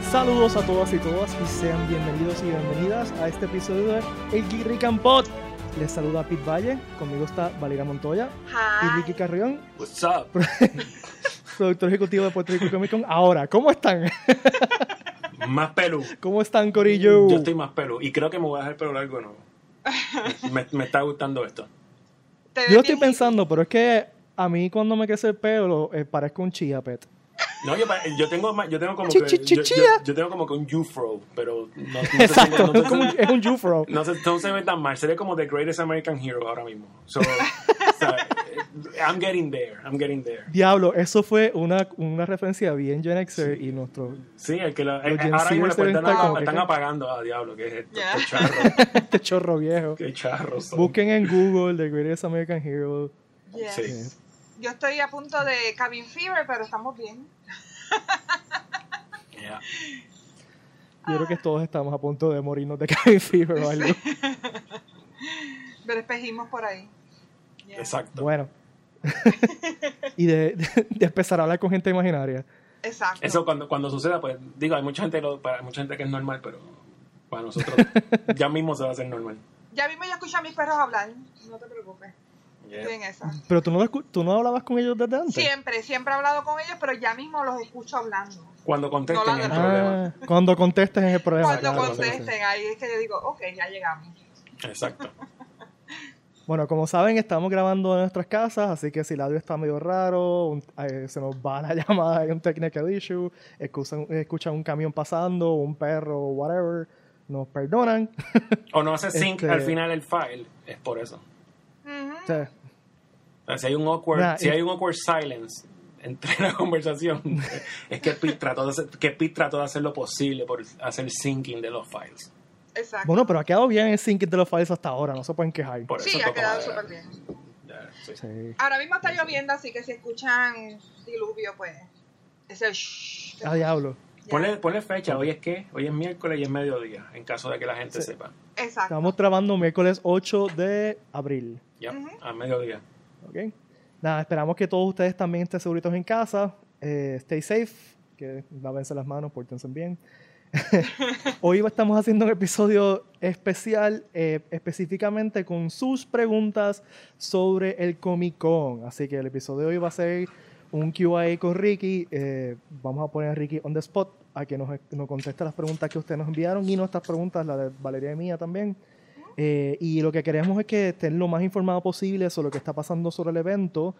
Saludos a todas y todas y sean bienvenidos y bienvenidas a este episodio de El Geek Rick and Pod. Les saluda Pete Valle, conmigo está Valeria Montoya y Ricky Carrión. What's up? Productor ejecutivo de Puerto Rico Comic Con. Ahora, ¿cómo están? Más pelo. ¿Cómo están, corillo? Yo estoy más pelo y creo que me voy a dejar el pelo largo de nuevo. Me está gustando esto. Yo estoy pensando, pero es que a mí cuando me crece el pelo parezco un Chia Pet. No, yo tengo como Chi, que chi, chi, chia. yo tengo como que un Jufro, pero no Exacto, es un Jufro. No se ve tan mal, se ve como The Greatest American Hero ahora mismo. So, I'm getting there. Diablo, eso fue una referencia bien Gen Xer y nuestro... Sí, el que Gen ahora mismo Zers están apagando a Diablo, que es esto, Yeah. qué charro. este chorro viejo. Qué charro son. Busquen en Google The Greatest American Hero. Yes. Sí. Yo estoy a punto de cabin fever, pero estamos bien. Yeah. Yo creo que todos estamos a punto de morirnos de cabin fever o algo. Pero espejismos por ahí. Yeah. Exacto. Bueno. Y de empezar a hablar con gente imaginaria. Exacto. Eso cuando suceda, pues digo, hay mucha gente que es normal, pero para nosotros ya mismo se va a hacer normal. Ya mismo yo escucho a mis perros hablar. No te preocupes. Yeah. Estoy en esa. Pero tú no hablabas con ellos desde antes. Siempre he hablado con ellos, pero ya mismo los escucho hablando. Cuando contesten No el ladran. problema. Cuando contestes es el problema. Cuando claro, contesten, sí. ahí es que yo digo, ok, ya llegamos. Exacto. Bueno, como saben, estamos grabando en nuestras casas, así que si el audio está medio raro, se nos va la llamada, hay un technical issue, escuchan un camión pasando, un perro, whatever, nos perdonan. O no hace sync al final el file, es por eso. Ujú. Sí. O sea, si hay un awkward silence entre la conversación, es que Pete trató de hacer lo posible por hacer syncing de los files. Exacto. Bueno, pero ha quedado bien el sync de los files hasta ahora, no se pueden quejar. Por Sí, eso ha fue quedado como- súper bien. Ya, sí. Sí. Ahora mismo está lloviendo, así que si escuchan diluvio, pues ese shh. A diablo. Ya. Ponle fecha, hoy es miércoles y es mediodía, en caso de que la gente Sí. sepa. Exacto. Estamos grabando miércoles 8 de abril. Ya, Ujú. a mediodía. ¿Ok? Nada, esperamos que todos ustedes también estén seguritos en casa. Stay safe, que lávense las manos, pórtense bien. Hoy estamos haciendo un episodio especial, específicamente con sus preguntas sobre el Comic Con. Así que el episodio de hoy va a ser un Q&A con Ricky. Vamos a poner a Ricky on the spot a que nos conteste las preguntas que ustedes nos enviaron y nuestras preguntas, la de Valeria y mía también. Y lo que queremos es que estén lo más informados posible sobre lo que está pasando sobre el evento.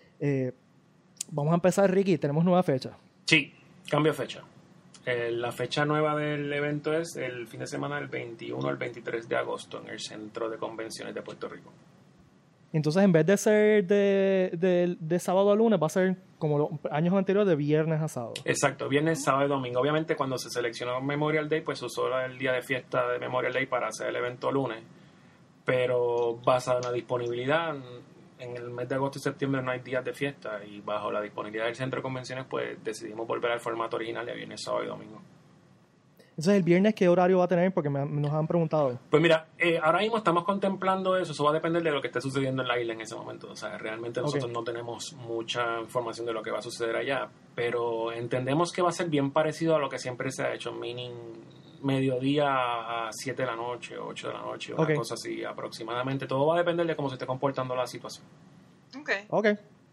Vamos a empezar, Ricky. Tenemos nueva fecha. Sí, cambio de fecha. La fecha nueva del evento es el fin de semana del 21 al 23 de agosto en el Centro de Convenciones de Puerto Rico. Entonces, en vez de ser de sábado a lunes, va a ser como los años anteriores, de viernes a sábado. Exacto, viernes, sábado y domingo. Obviamente, cuando se seleccionó Memorial Day, pues se usó el día de fiesta de Memorial Day para hacer el evento lunes. Pero basado en la disponibilidad, en el mes de agosto y septiembre no hay días de fiesta y bajo la disponibilidad del centro de convenciones, pues decidimos volver al formato original de viernes, sábado y domingo. Entonces, el viernes, ¿qué horario va a tener? Porque nos han preguntado. Pues mira, ahora mismo estamos contemplando eso va a depender de lo que esté sucediendo en la isla en ese momento. O sea, realmente nosotros no tenemos mucha información de lo que va a suceder allá, pero entendemos que va a ser bien parecido a lo que siempre se ha hecho, meaning mediodía a 7 de la noche, 8 de la noche, una cosa así aproximadamente. Todo va a depender de cómo se esté comportando la situación. Ok.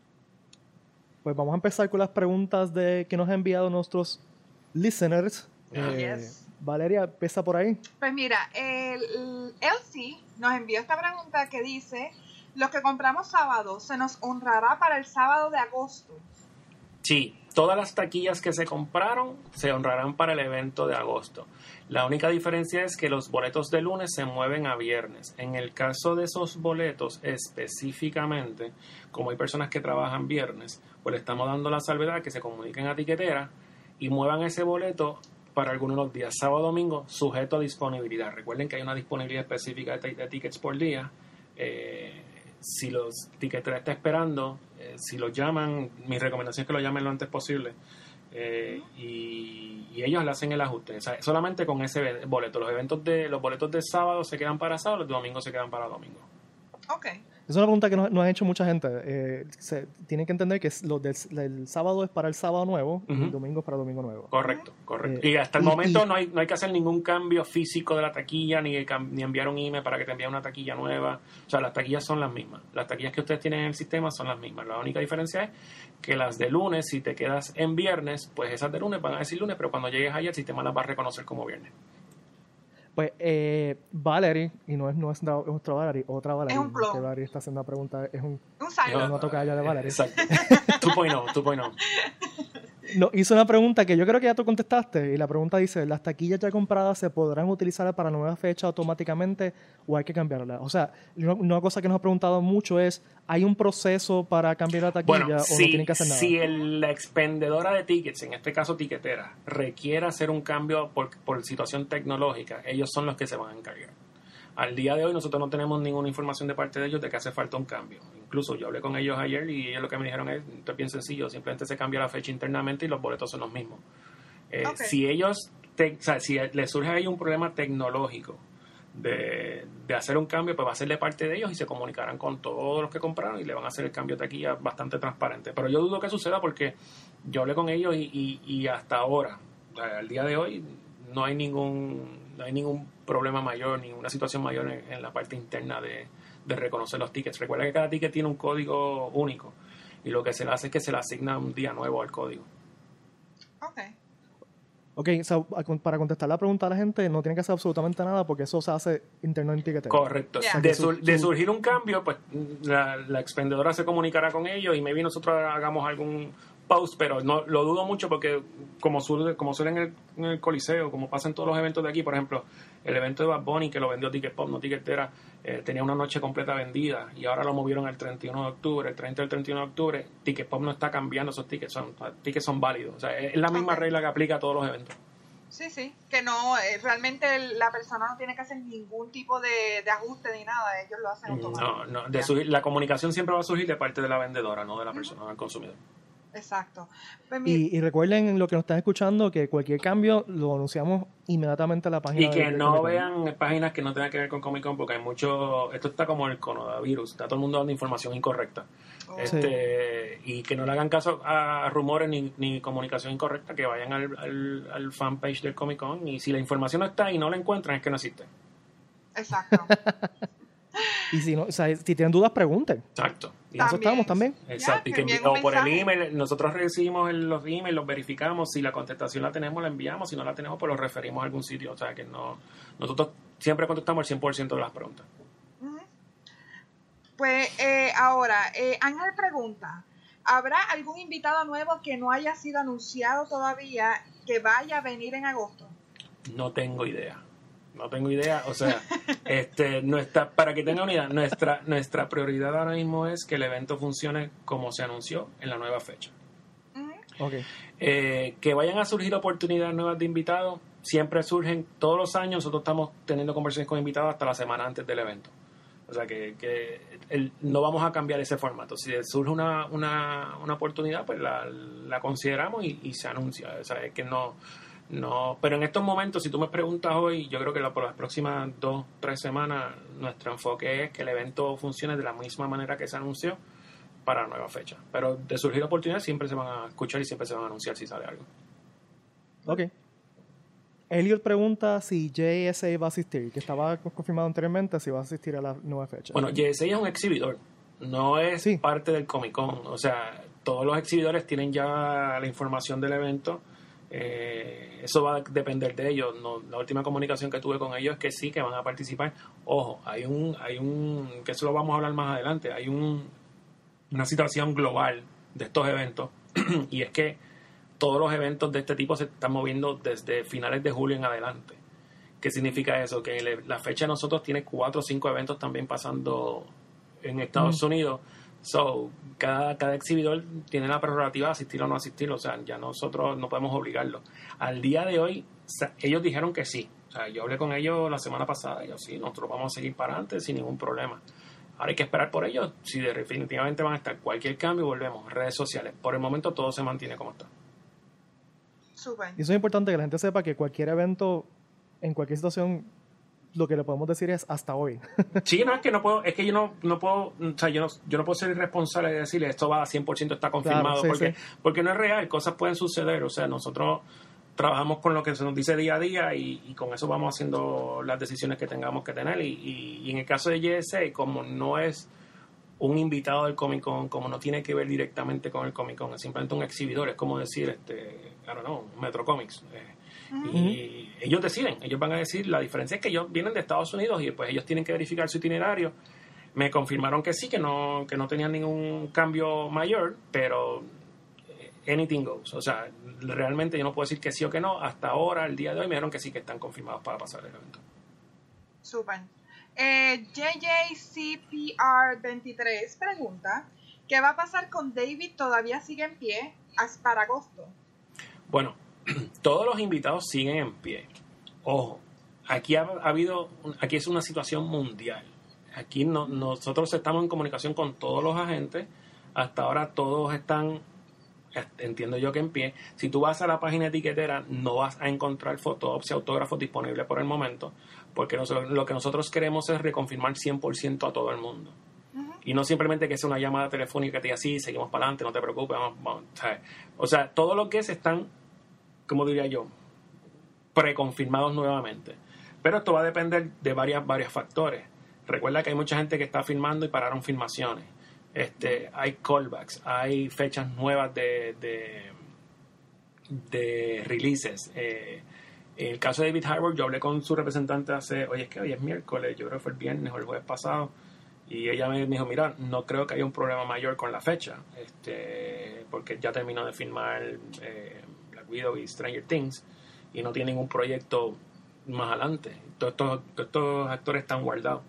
Pues vamos a empezar con las preguntas que nos han enviado nuestros listeners. Yes. Valeria, empieza por ahí. Pues mira, el Elsie nos envió esta pregunta que dice: los que compramos sábado, ¿se nos honrará para el sábado de agosto? Sí, todas las taquillas que se compraron se honrarán para el evento de agosto. La única diferencia es que los boletos de lunes se mueven a viernes. En el caso de esos boletos específicamente, como hay personas que trabajan viernes, pues le estamos dando la salvedad que se comuniquen a tiquetera y muevan ese boleto para algunos de los días, sábado, domingo, sujeto a disponibilidad. Recuerden que hay una disponibilidad específica de tickets por día. Si los tiqueteros están esperando, si los llaman, mi recomendación es que lo llamen lo antes posible. Y ellos le hacen el ajuste. O sea, solamente con ese boleto. Los boletos de sábado se quedan para sábado, los de domingo se quedan para domingo. Ok. Es una pregunta que nos ha hecho mucha gente. Tienen que entender que el sábado es para el sábado nuevo y el domingo es para el domingo nuevo. Correcto. Y hasta el momento no hay que hacer ningún cambio físico de la taquilla, ni enviar un email para que te envíe una taquilla nueva. O sea, las taquillas son las mismas. Las taquillas que ustedes tienen en el sistema son las mismas. La única diferencia es que las de lunes, si te quedas en viernes, pues esas de lunes van a decir lunes, pero cuando llegues allá el sistema las va a reconocer como viernes. Pues Valerie, y no es nuestra Valerie, otra Valerie. Es un clon. Que Valerie está haciendo una pregunta, es un Silo. no toca allá de Valerie. Exacto. 2.0. No, hizo una pregunta que yo creo que ya tú contestaste, y la pregunta dice, ¿las taquillas ya compradas se podrán utilizar para nueva fecha automáticamente o hay que cambiarlas? O sea, una cosa que nos ha preguntado mucho es, ¿hay un proceso para cambiar la taquilla o no tienen que hacer nada? Si la expendedora de tickets, en este caso tiquetera, requiere hacer un cambio por situación tecnológica, ellos son los que se van a encargar. Al día de hoy nosotros no tenemos ninguna información de parte de ellos de que hace falta un cambio. Incluso yo hablé con ellos ayer y ellos lo que me dijeron es bien sencillo, simplemente se cambia la fecha internamente y los boletos son los mismos. Si ellos, si les surge ahí un problema tecnológico de hacer un cambio, pues va a ser de parte de ellos y se comunicarán con todos los que compraron y le van a hacer el cambio de taquilla bastante transparente. Pero yo dudo que suceda porque yo hablé con ellos y hasta ahora, al día de hoy, no hay ningún problema mayor, ninguna situación mayor en la parte interna de reconocer los tickets. Recuerda que cada ticket tiene un código único y lo que se le hace es que se le asigna un día nuevo al código. Ok, so, para contestar la pregunta a la gente, no tiene que hacer absolutamente nada porque eso se hace interno en Ticketera. Correcto. Yeah. De surgir un cambio, pues la expendedora se comunicará con ellos y maybe nosotros hagamos algún post, pero no lo dudo mucho porque como suele en el Coliseo, como pasa en todos los eventos de aquí, por ejemplo, el evento de Bad Bunny que lo vendió Ticket Pop, no Ticketera, tenía una noche completa vendida y ahora lo movieron al 31 de octubre, el 30 del 31 de octubre, Ticket Pop no está cambiando esos tickets, son válidos, o sea, es la misma regla que aplica a todos los eventos. Sí, que no, realmente la persona no tiene que hacer ningún tipo de ajuste ni nada, ellos lo hacen automáticamente. La comunicación siempre va a surgir de parte de la vendedora, no de la persona, del consumidor. Exacto. Pues y recuerden lo que nos están escuchando, que cualquier cambio lo anunciamos inmediatamente a la página. Y que no vean páginas que no tengan que ver con Comic Con, porque hay mucho, esto está como el coronavirus, está todo el mundo dando información incorrecta. Y que no le hagan caso a rumores ni comunicación incorrecta, que vayan al fanpage del Comic Con y si la información no está y no la encuentran es que no existe. Exacto. Y si tienen dudas, pregunten. Exacto. Y eso estamos también. Exacto. O por el email, nosotros recibimos los emails, los verificamos, si la contestación la tenemos, la enviamos, si no la tenemos, pues lo referimos a algún sitio. O sea, que no, nosotros siempre contestamos el 100% de las preguntas. Pues ahora, Ángel pregunta, ¿habrá algún invitado nuevo que no haya sido anunciado todavía que vaya a venir en agosto? No tengo idea, o sea, para que tengan una idea, nuestra prioridad ahora mismo es que el evento funcione como se anunció en la nueva fecha. Okay. Que vayan a surgir oportunidades nuevas de invitados, siempre surgen todos los años, nosotros estamos teniendo conversaciones con invitados hasta la semana antes del evento. O sea, que no vamos a cambiar ese formato. Si surge una oportunidad, pues la consideramos y se anuncia. O sea, es que no, pero en estos momentos, si tú me preguntas hoy, yo creo que por las próximas 2-3 semanas, nuestro enfoque es que el evento funcione de la misma manera que se anunció para la nueva fecha. Pero de surgir oportunidades siempre se van a escuchar y siempre se van a anunciar si sale algo. Ok. Elliot pregunta si JSA va a asistir, que estaba confirmado anteriormente si va a asistir a la nueva fecha. Bueno, JSA es un exhibidor, no es parte del Comic Con. O sea, todos los exhibidores tienen ya la información del evento. Eso va a depender de ellos. La última comunicación que tuve con ellos es que sí, que van a participar. Ojo, hay un que eso lo vamos a hablar más adelante, hay una situación global de estos eventos y es que todos los eventos de este tipo se están moviendo desde finales de julio en adelante. ¿Qué significa eso? Que la fecha de nosotros tiene 4 o 5 eventos también pasando en Estados Unidos. So, cada exhibidor tiene la prerrogativa de asistir o no asistir. O sea, ya nosotros no podemos obligarlo. Al día de hoy, ellos dijeron que sí. O sea, yo hablé con ellos la semana pasada y ellos sí, nosotros vamos a seguir para adelante sin ningún problema. Ahora hay que esperar por ellos. Si definitivamente van a estar cualquier cambio, volvemos. Redes sociales. Por el momento todo se mantiene como está. Super. Y eso es importante que la gente sepa que cualquier evento, en cualquier situación, lo que le podemos decir es hasta hoy. Sí, no, es que no puedo, es que yo no puedo, o sea, yo no puedo ser irresponsable de decirle esto va a 100% está confirmado, Claro, sí, porque no es real, cosas pueden suceder, o sea, nosotros trabajamos con lo que se nos dice día a día y con eso vamos haciendo las decisiones que tengamos que tener y en el caso de JSA, como no es un invitado del Comic Con, como no tiene que ver directamente con el Comic Con, es simplemente un exhibidor, es como decir, I don't know, Metro Comics. Y ellos deciden, ellos van a decir, la diferencia es que ellos vienen de Estados Unidos y pues ellos tienen que verificar su itinerario. Me confirmaron que sí, que no tenían ningún cambio mayor, pero anything goes. O sea, realmente yo no puedo decir que sí o que no. Hasta ahora, el día de hoy, me dijeron que sí, que están confirmados para pasar el evento. Súper. JJCPR23 pregunta, ¿qué va a pasar con David? ¿Todavía sigue en pie para agosto? Bueno, todos los invitados siguen en pie. Ojo, aquí aquí es una situación mundial. Aquí nosotros estamos en comunicación con todos los agentes. Hasta ahora todos están, entiendo yo que en pie. Si tú vas a la página etiquetera, no vas a encontrar fotógrafos y autógrafos disponibles por el momento, porque lo que nosotros queremos es reconfirmar 100% a todo el mundo. Y no simplemente que sea una llamada telefónica que te diga, sí, seguimos para adelante, no te preocupes. Vamos. O sea, todo lo que están, como diría yo, preconfirmados nuevamente. Pero esto va a depender de varios factores. Recuerda que hay mucha gente que está firmando y pararon filmaciones. Hay callbacks, hay fechas nuevas de releases. En el caso de David Harbour, yo hablé con su representante hoy es miércoles, yo creo que fue el viernes o el jueves pasado, y ella me dijo, mira, no creo que haya un problema mayor con la fecha, porque ya terminó de filmar Black Widow y Stranger Things, y no tiene ningún proyecto más adelante. Todos estos actores están guardados.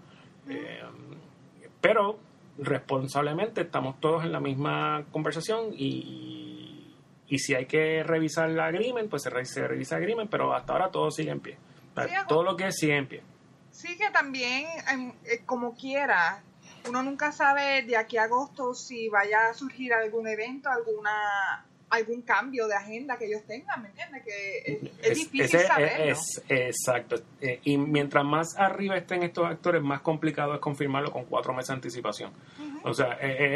Pero responsablemente estamos todos en la misma conversación y si hay que revisar el agreement, pues se revisa el agreement, pero hasta ahora todo sigue en pie. Sí, todo lo que es sigue en pie. Sí, que también, como quiera, uno nunca sabe de aquí a agosto si vaya a surgir algún evento, algún cambio de agenda que ellos tengan, ¿me entiendes? Que es difícil saberlo. Exacto. Y mientras más arriba estén estos actores, más complicado es confirmarlo con 4 meses de anticipación. O sea,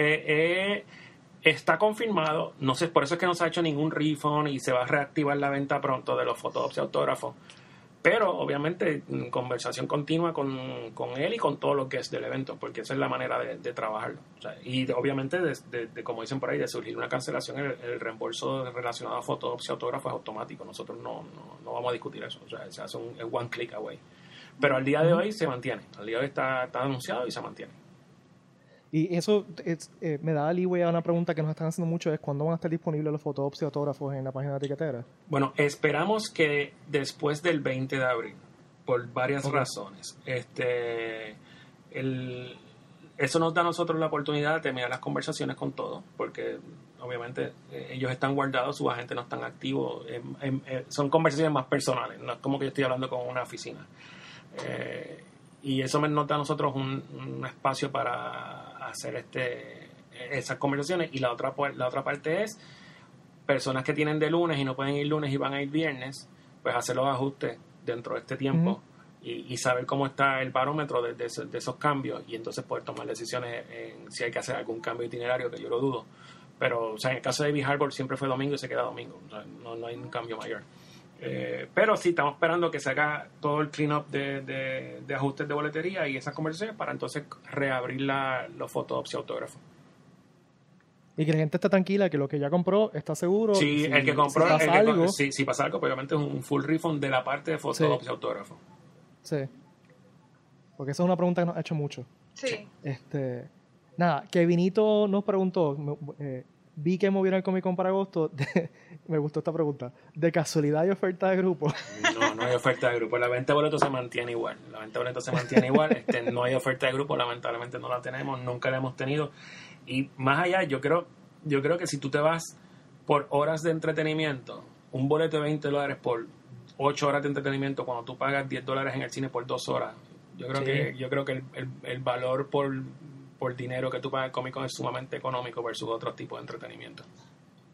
está confirmado, no sé, por eso es que no se ha hecho ningún refund y se va a reactivar la venta pronto de los fotógrafos y autógrafos. Pero, obviamente, conversación continua con él y con todos los guests del evento, porque esa es la manera de trabajarlo. O sea, y, obviamente, como dicen por ahí, de surgir una cancelación, el reembolso relacionado a fotógrafos y autógrafos es automático. Nosotros no vamos a discutir eso. O sea, se hace un one click away. Pero al día de hoy se mantiene. Al día de hoy está anunciado y se mantiene. Y eso me da leeway a una pregunta que nos están haciendo mucho, es ¿cuándo van a estar disponibles los fotógrafos y autógrafos en la página de etiquetera? Bueno, esperamos que después del 20 de abril, por varias razones. Eso nos da a nosotros la oportunidad de terminar las conversaciones con todos, porque obviamente ellos están guardados, sus agentes no están activos, son conversaciones más personales, no es como que yo estoy hablando con una oficina. Y eso nos da a nosotros un espacio para hacer esas conversaciones. Y la otra parte es personas que tienen de lunes y no pueden ir lunes y van a ir viernes, pues hacer los ajustes dentro de este tiempo y saber cómo está el barómetro de esos cambios y entonces poder tomar decisiones en si hay que hacer algún cambio de itinerario, que yo lo dudo. Pero, o sea, en el caso de David Harbour siempre fue domingo y se queda domingo. O sea, no hay un cambio mayor. Pero sí, estamos esperando que se haga todo el clean-up de ajustes de boletería y esas conversaciones para entonces reabrir los fotógrafos y autógrafos. Y que la gente esté tranquila, que lo que ya compró está seguro. Sí, el que compró, si pasa algo, pues obviamente es un full refund de la parte de fotógrafos y autógrafos. Sí. Porque esa es una pregunta que nos ha hecho mucho. Sí. Nada, Kevinito nos preguntó, vi que movieron el Comic Con para agosto. Me gustó esta pregunta. ¿De casualidad hay oferta de grupo? No hay oferta de grupo. La venta de boletos se mantiene igual. No hay oferta de grupo, lamentablemente no la tenemos, nunca la hemos tenido. Y más allá, yo creo que si tú te vas por horas de entretenimiento, un boleto de $20 por 8 horas de entretenimiento, cuando tú pagas $10 en el cine por 2 horas, yo creo que el valor por dinero que tú pagas en Comic Con es sumamente económico versus otros tipos de entretenimiento.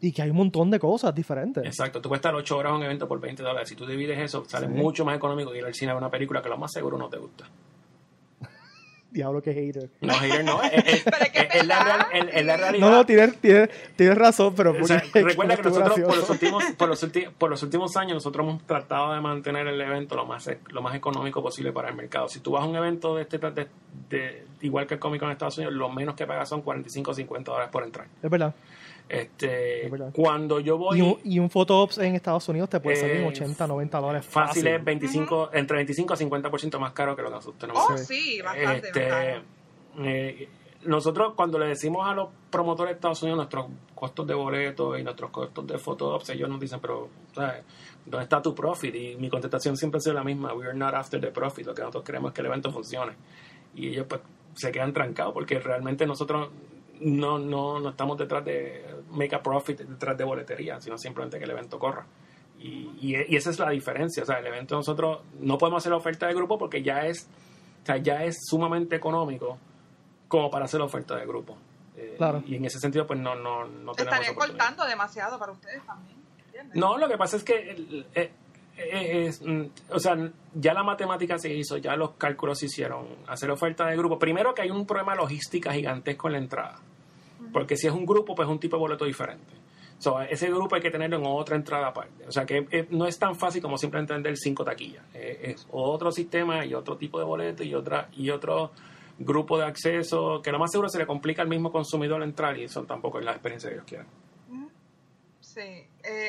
Y que hay un montón de cosas diferentes. Exacto, tú puedes estar 8 horas en un evento por $20. Si tú divides eso, sale mucho más económico que ir al cine a ver una película que lo más seguro no te gusta. Diablo, que hater. No, hater no, es la realidad. No, tienes razón, pero o sea, recuerda que nosotros por los últimos años nosotros hemos tratado de mantener el evento lo más económico posible para el mercado. Si tú vas a un evento igual que el Comic Con en Estados Unidos, lo menos que pagas son $45 o $50 por entrar. Es verdad. Cuando yo voy y un photo ops en Estados Unidos te puede salir en $80, $90 fácil, es entre 25 a 50% más caro que lo que nosotros tenemos. Sí, bastante. Nosotros cuando le decimos a los promotores de Estados Unidos nuestros costos de boleto y nuestros costos de photo ops, ellos nos dicen, pero ¿sabes? ¿Dónde está tu profit? Y mi contestación siempre ha sido la misma: we are not after the profit. Lo que nosotros queremos es que el evento funcione. Y ellos pues se quedan trancados porque realmente nosotros no estamos detrás de make a profit, detrás de boletería, sino simplemente que el evento corra. Y esa es la diferencia. O sea, el evento nosotros no podemos hacer la oferta de grupo porque ya es sumamente económico como para hacer la oferta de grupo. Claro. Y en ese sentido pues no tenemos estarían cortando demasiado para ustedes también, ¿entiendes? No, lo que pasa es que o sea, ya la matemática se hizo, ya los cálculos se hicieron, hacer oferta de grupo. Primero que hay un problema logística gigantesco en la entrada, porque si es un grupo, pues es un tipo de boleto diferente. Ese grupo hay que tenerlo en otra entrada aparte. O sea que no es tan fácil como simplemente vender 5 taquillas. Es otro sistema y otro tipo de boleto y otro grupo de acceso, que lo más seguro se le complica al mismo consumidor entrar, y eso tampoco es la experiencia que ellos quieren. Sí.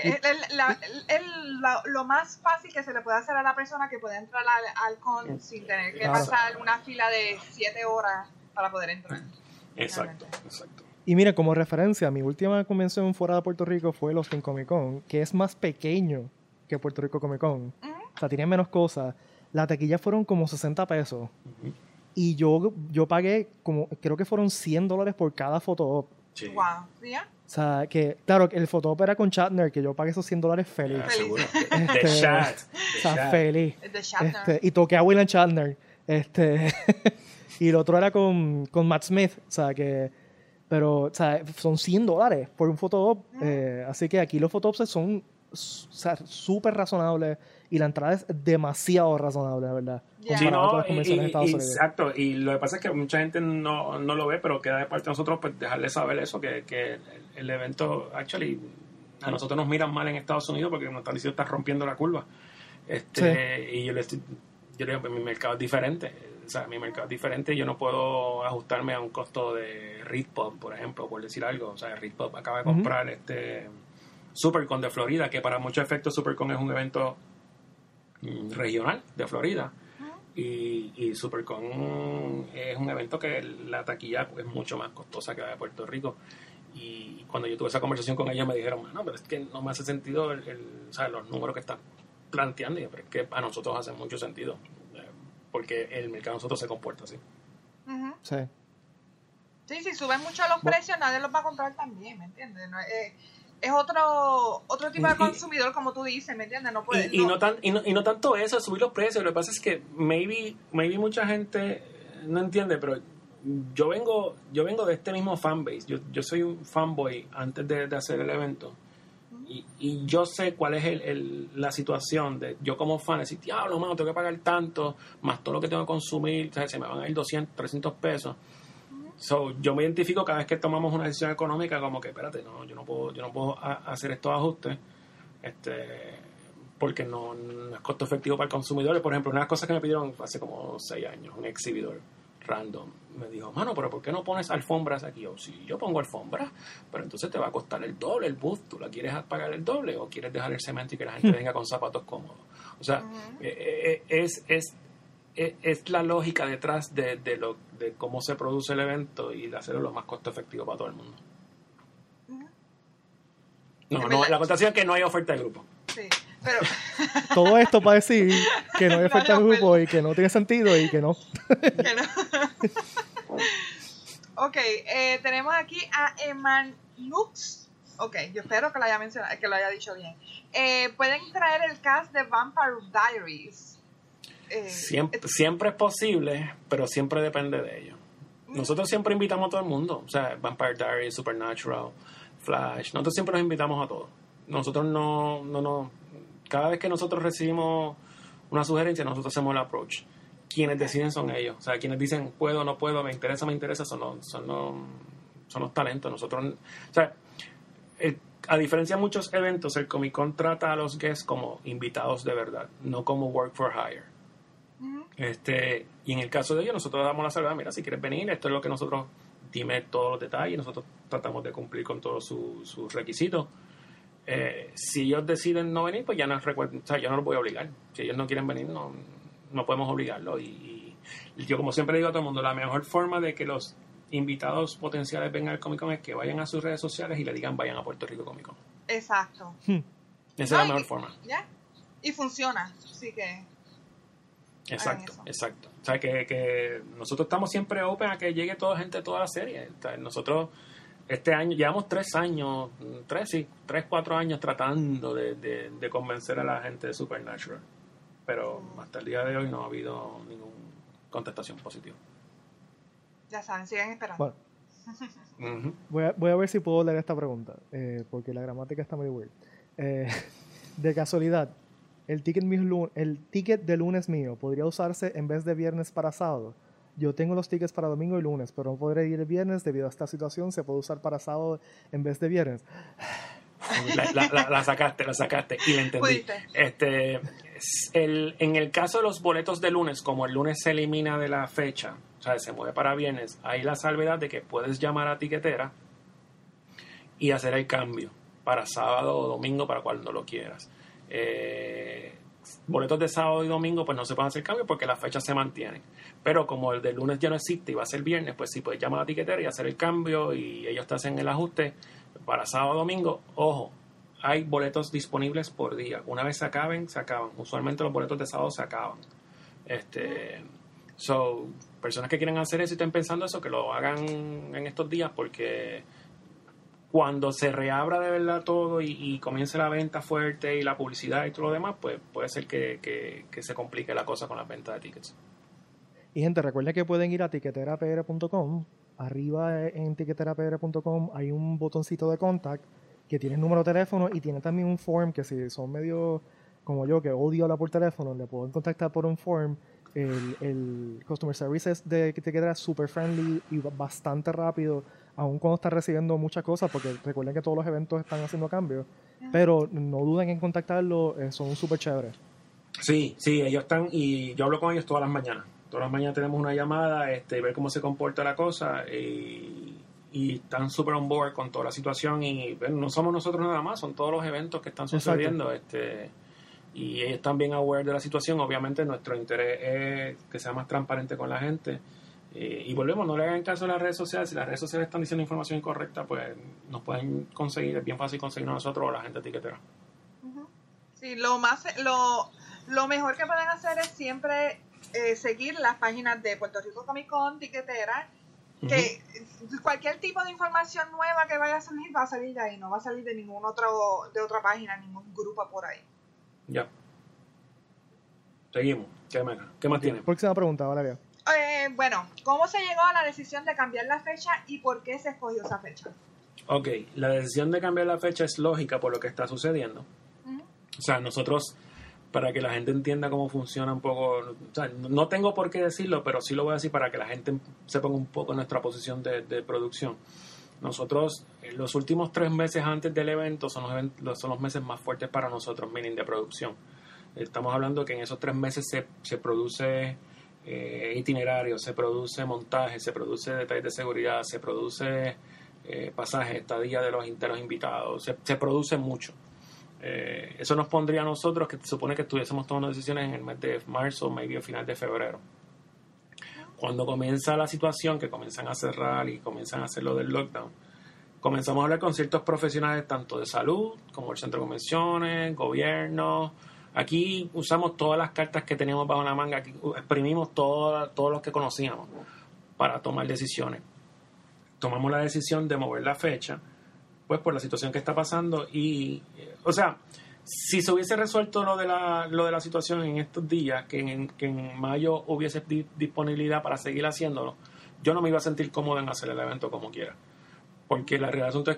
Lo más fácil que se le puede hacer a la persona que puede entrar al con sin tener que pasar una fila de 7 horas para poder entrar. Exacto. Y mira, como referencia, mi última convención fuera de Puerto Rico fue el Austin Comic Con, que es más pequeño que Puerto Rico Comic Con. O sea, tiene menos cosas. Las taquillas fueron como $60. Y yo pagué como, creo que fueron $100 por cada foto. Sí. Wow. ¿Ya? O sea, que, claro, el fotop era con Shatner, que yo pagué esos $100 feliz. Seguro. O sea, feliz. Y toqué a William Shatner. Y el otro era con Matt Smith. O sea, pero, o sea, son $100 por un fotop. Así que aquí los fotops son súper razonables y la entrada es demasiado razonable, ¿verdad? Yeah. Sí, no, con las convenciones de Estados Unidos. Exacto, y lo que pasa es que mucha gente no lo ve, pero queda de parte de nosotros pues dejarle saber eso, que el evento, actually, a nosotros nos miran mal en Estados Unidos porque nos están diciendo que está rompiendo la curva. Sí. Y yo le digo, mi mercado es diferente. O sea, mi mercado es diferente, yo no puedo ajustarme a un costo de Ritpop, por ejemplo, por decir algo. O sea, Ritpop acaba de comprar Supercon de Florida, que para muchos efectos Supercon es un evento regional de Florida. Y Supercon es un evento que la taquilla es mucho más costosa que la de Puerto Rico. Y cuando yo tuve esa conversación con ellos me dijeron, no, pero es que no me hace sentido o sea, los números que están planteando. Y pero es que a nosotros hace mucho sentido, porque el mercado de nosotros se comporta así. Sí. Sí, si suben mucho los precios, nadie los va a comprar también, ¿me entiendes? No, es otro tipo de consumidor, como tú dices, ¿me entiendes? No puede, no tanto eso, subir los precios. Lo que pasa es que maybe mucha gente no entiende, pero yo vengo de este mismo fanbase. Yo soy un fanboy antes de hacer el evento. Y yo sé cuál es la situación de yo como fan, decir, diablo, mano, tengo que pagar tanto, más todo lo que tengo que consumir, o sea, se me van a ir 200, 300 pesos. Yo me identifico cada vez que tomamos una decisión económica como que, espérate, no, yo no puedo hacer estos ajustes, porque no es costo efectivo para el consumidor. Por ejemplo, una de las cosas que me pidieron hace como 6 años, un exhibidor random me dijo, mano, pero ¿por qué no pones alfombras aquí? O si yo pongo alfombras, pero entonces te va a costar el doble el booth. ¿Tú la quieres pagar el doble o quieres dejar el cemento y que la gente venga con zapatos cómodos? O sea, es la lógica detrás de cómo se produce el evento y de hacerlo lo más costo efectivo para todo el mundo. La contestación es que no hay oferta de grupo. Sí, pero todo esto para decir que no hay oferta de grupo y que no tiene sentido y que no. Ok, tenemos aquí a Emanux. Ok, yo espero que lo haya mencionado, que lo haya dicho bien. ¿Pueden traer el cast de Vampire Diaries? Siempre es posible, pero siempre depende de ello. Nosotros siempre invitamos a todo el mundo. O sea, Vampire Diaries, Supernatural, Flash. Nosotros siempre nos invitamos a todos. Nosotros no. Cada vez que nosotros recibimos una sugerencia, nosotros hacemos el approach. Quienes deciden son ellos. O sea, quienes dicen puedo, no puedo, me interesa, son los talentos. Nosotros, o sea, a diferencia de muchos eventos, el Comic Con trata a los guests como invitados de verdad, no como work for hire. Y en el caso de ellos, nosotros damos la salvedad, mira, si quieres venir, esto es lo que nosotros, dime todos los detalles, nosotros tratamos de cumplir con todos sus requisitos. Si ellos deciden no venir, pues ya no recuerdo, o sea, yo no los voy a obligar. Si ellos no quieren venir, no podemos obligarlos. Y yo, como siempre digo a todo el mundo, la mejor forma de que los invitados potenciales vengan al Comic Con es que vayan a sus redes sociales y le digan vayan a Puerto Rico Comic Con. Exacto. Esa es la mejor forma. ¿Ya? Y funciona, así que... Exacto. O sea, que nosotros estamos siempre open a que llegue toda gente de toda la serie. O sea, nosotros este año, llevamos 3 años, 4 años tratando de convencer a la gente de Supernatural. Pero hasta el día de hoy no ha habido ninguna contestación positiva. Ya saben, sigan esperando. Bueno, voy a ver si puedo leer esta pregunta, porque la gramática está muy weird. De casualidad, el ticket de lunes mío podría usarse en vez de viernes para sábado. Yo tengo los tickets para domingo y lunes, pero no podré ir el viernes debido a esta situación. Se puede usar para sábado en vez de viernes. La sacaste y la entendí. En el caso de los boletos de lunes, como el lunes se elimina de la fecha, o sea, se mueve para viernes, hay la salvedad de que puedes llamar a tiquetera y hacer el cambio para sábado o domingo, para cuando lo quieras. Boletos de sábado y domingo pues no se pueden hacer cambio porque las fechas se mantienen, pero como el de lunes ya no existe y va a ser viernes, pues sí puedes llamar a tiquetera y hacer el cambio y ellos te hacen el ajuste para sábado o domingo. Ojo, hay boletos disponibles por día, una vez se acaban. Usualmente los boletos de sábado se acaban. Personas que quieran hacer eso y estén pensando eso, que lo hagan en estos días, porque cuando se reabra de verdad todo y comience la venta fuerte y la publicidad y todo lo demás, pues puede ser que se complique la cosa con la venta de tickets. Y gente, recuerden que pueden ir a tiqueterapr.com. Arriba en tiqueterapr.com hay un botoncito de contact que tiene el número de teléfono y tiene también un form que si son medio como yo, que odio hablar por teléfono, le pueden contactar por un form. El customer service de Tiquetera es super friendly y bastante rápido, aun cuando está recibiendo muchas cosas, porque recuerden que todos los eventos están haciendo cambios, pero no duden en contactarlo, son súper chéveres. Sí, ellos están, y yo hablo con ellos todas las mañanas. Todas las mañanas tenemos una llamada, ver cómo se comporta la cosa, y están súper on board con toda la situación, y bueno, no somos nosotros nada más, son todos los eventos que están sucediendo. Y ellos están bien aware de la situación. Obviamente nuestro interés es que sea más transparente con la gente, y volvemos, no le hagan caso a las redes sociales. Si las redes sociales están diciendo información incorrecta, pues nos pueden conseguir, es bien fácil conseguir a nosotros o a la gente tiquetera. Sí, lo mejor que pueden hacer es siempre seguir las páginas de Puerto Rico Comic Con, Tiquetera, que cualquier tipo de información nueva que vaya a salir, va a salir de ahí, no va a salir de de otra página, ningún grupo por ahí. Ya. Seguimos. ¿Qué más tiene? Próxima pregunta, Valeria. Bueno, ¿cómo se llegó a la decisión de cambiar la fecha y por qué se escogió esa fecha? Ok, la decisión de cambiar la fecha es lógica por lo que está sucediendo. O sea, nosotros, para que la gente entienda cómo funciona un poco, o sea, no tengo por qué decirlo, pero sí lo voy a decir para que la gente se ponga un poco en nuestra posición de producción. Nosotros, los últimos 3 meses antes del evento son los meses más fuertes para nosotros, meaning de producción. Estamos hablando que en esos 3 meses se produce itinerario, se produce montaje, se produce detalles de seguridad, se produce pasajes, estadía de los invitados, se produce mucho. Eso nos pondría a nosotros, que se supone que estuviésemos tomando decisiones en el mes de marzo, maybe a final de febrero. Cuando comienza la situación, que comienzan a cerrar y comienzan a hacer lo del lockdown, comenzamos a hablar con ciertos profesionales, tanto de salud, como el centro de convenciones, gobierno. Aquí usamos todas las cartas que teníamos bajo la manga, aquí exprimimos todos los que conocíamos para tomar decisiones. Tomamos la decisión de mover la fecha, pues por la situación que está pasando, y o sea, si se hubiese resuelto lo de la situación en estos días, que en mayo hubiese disponibilidad para seguir haciéndolo, yo no me iba a sentir cómodo en hacer el evento como quiera, porque la realidad del asunto es que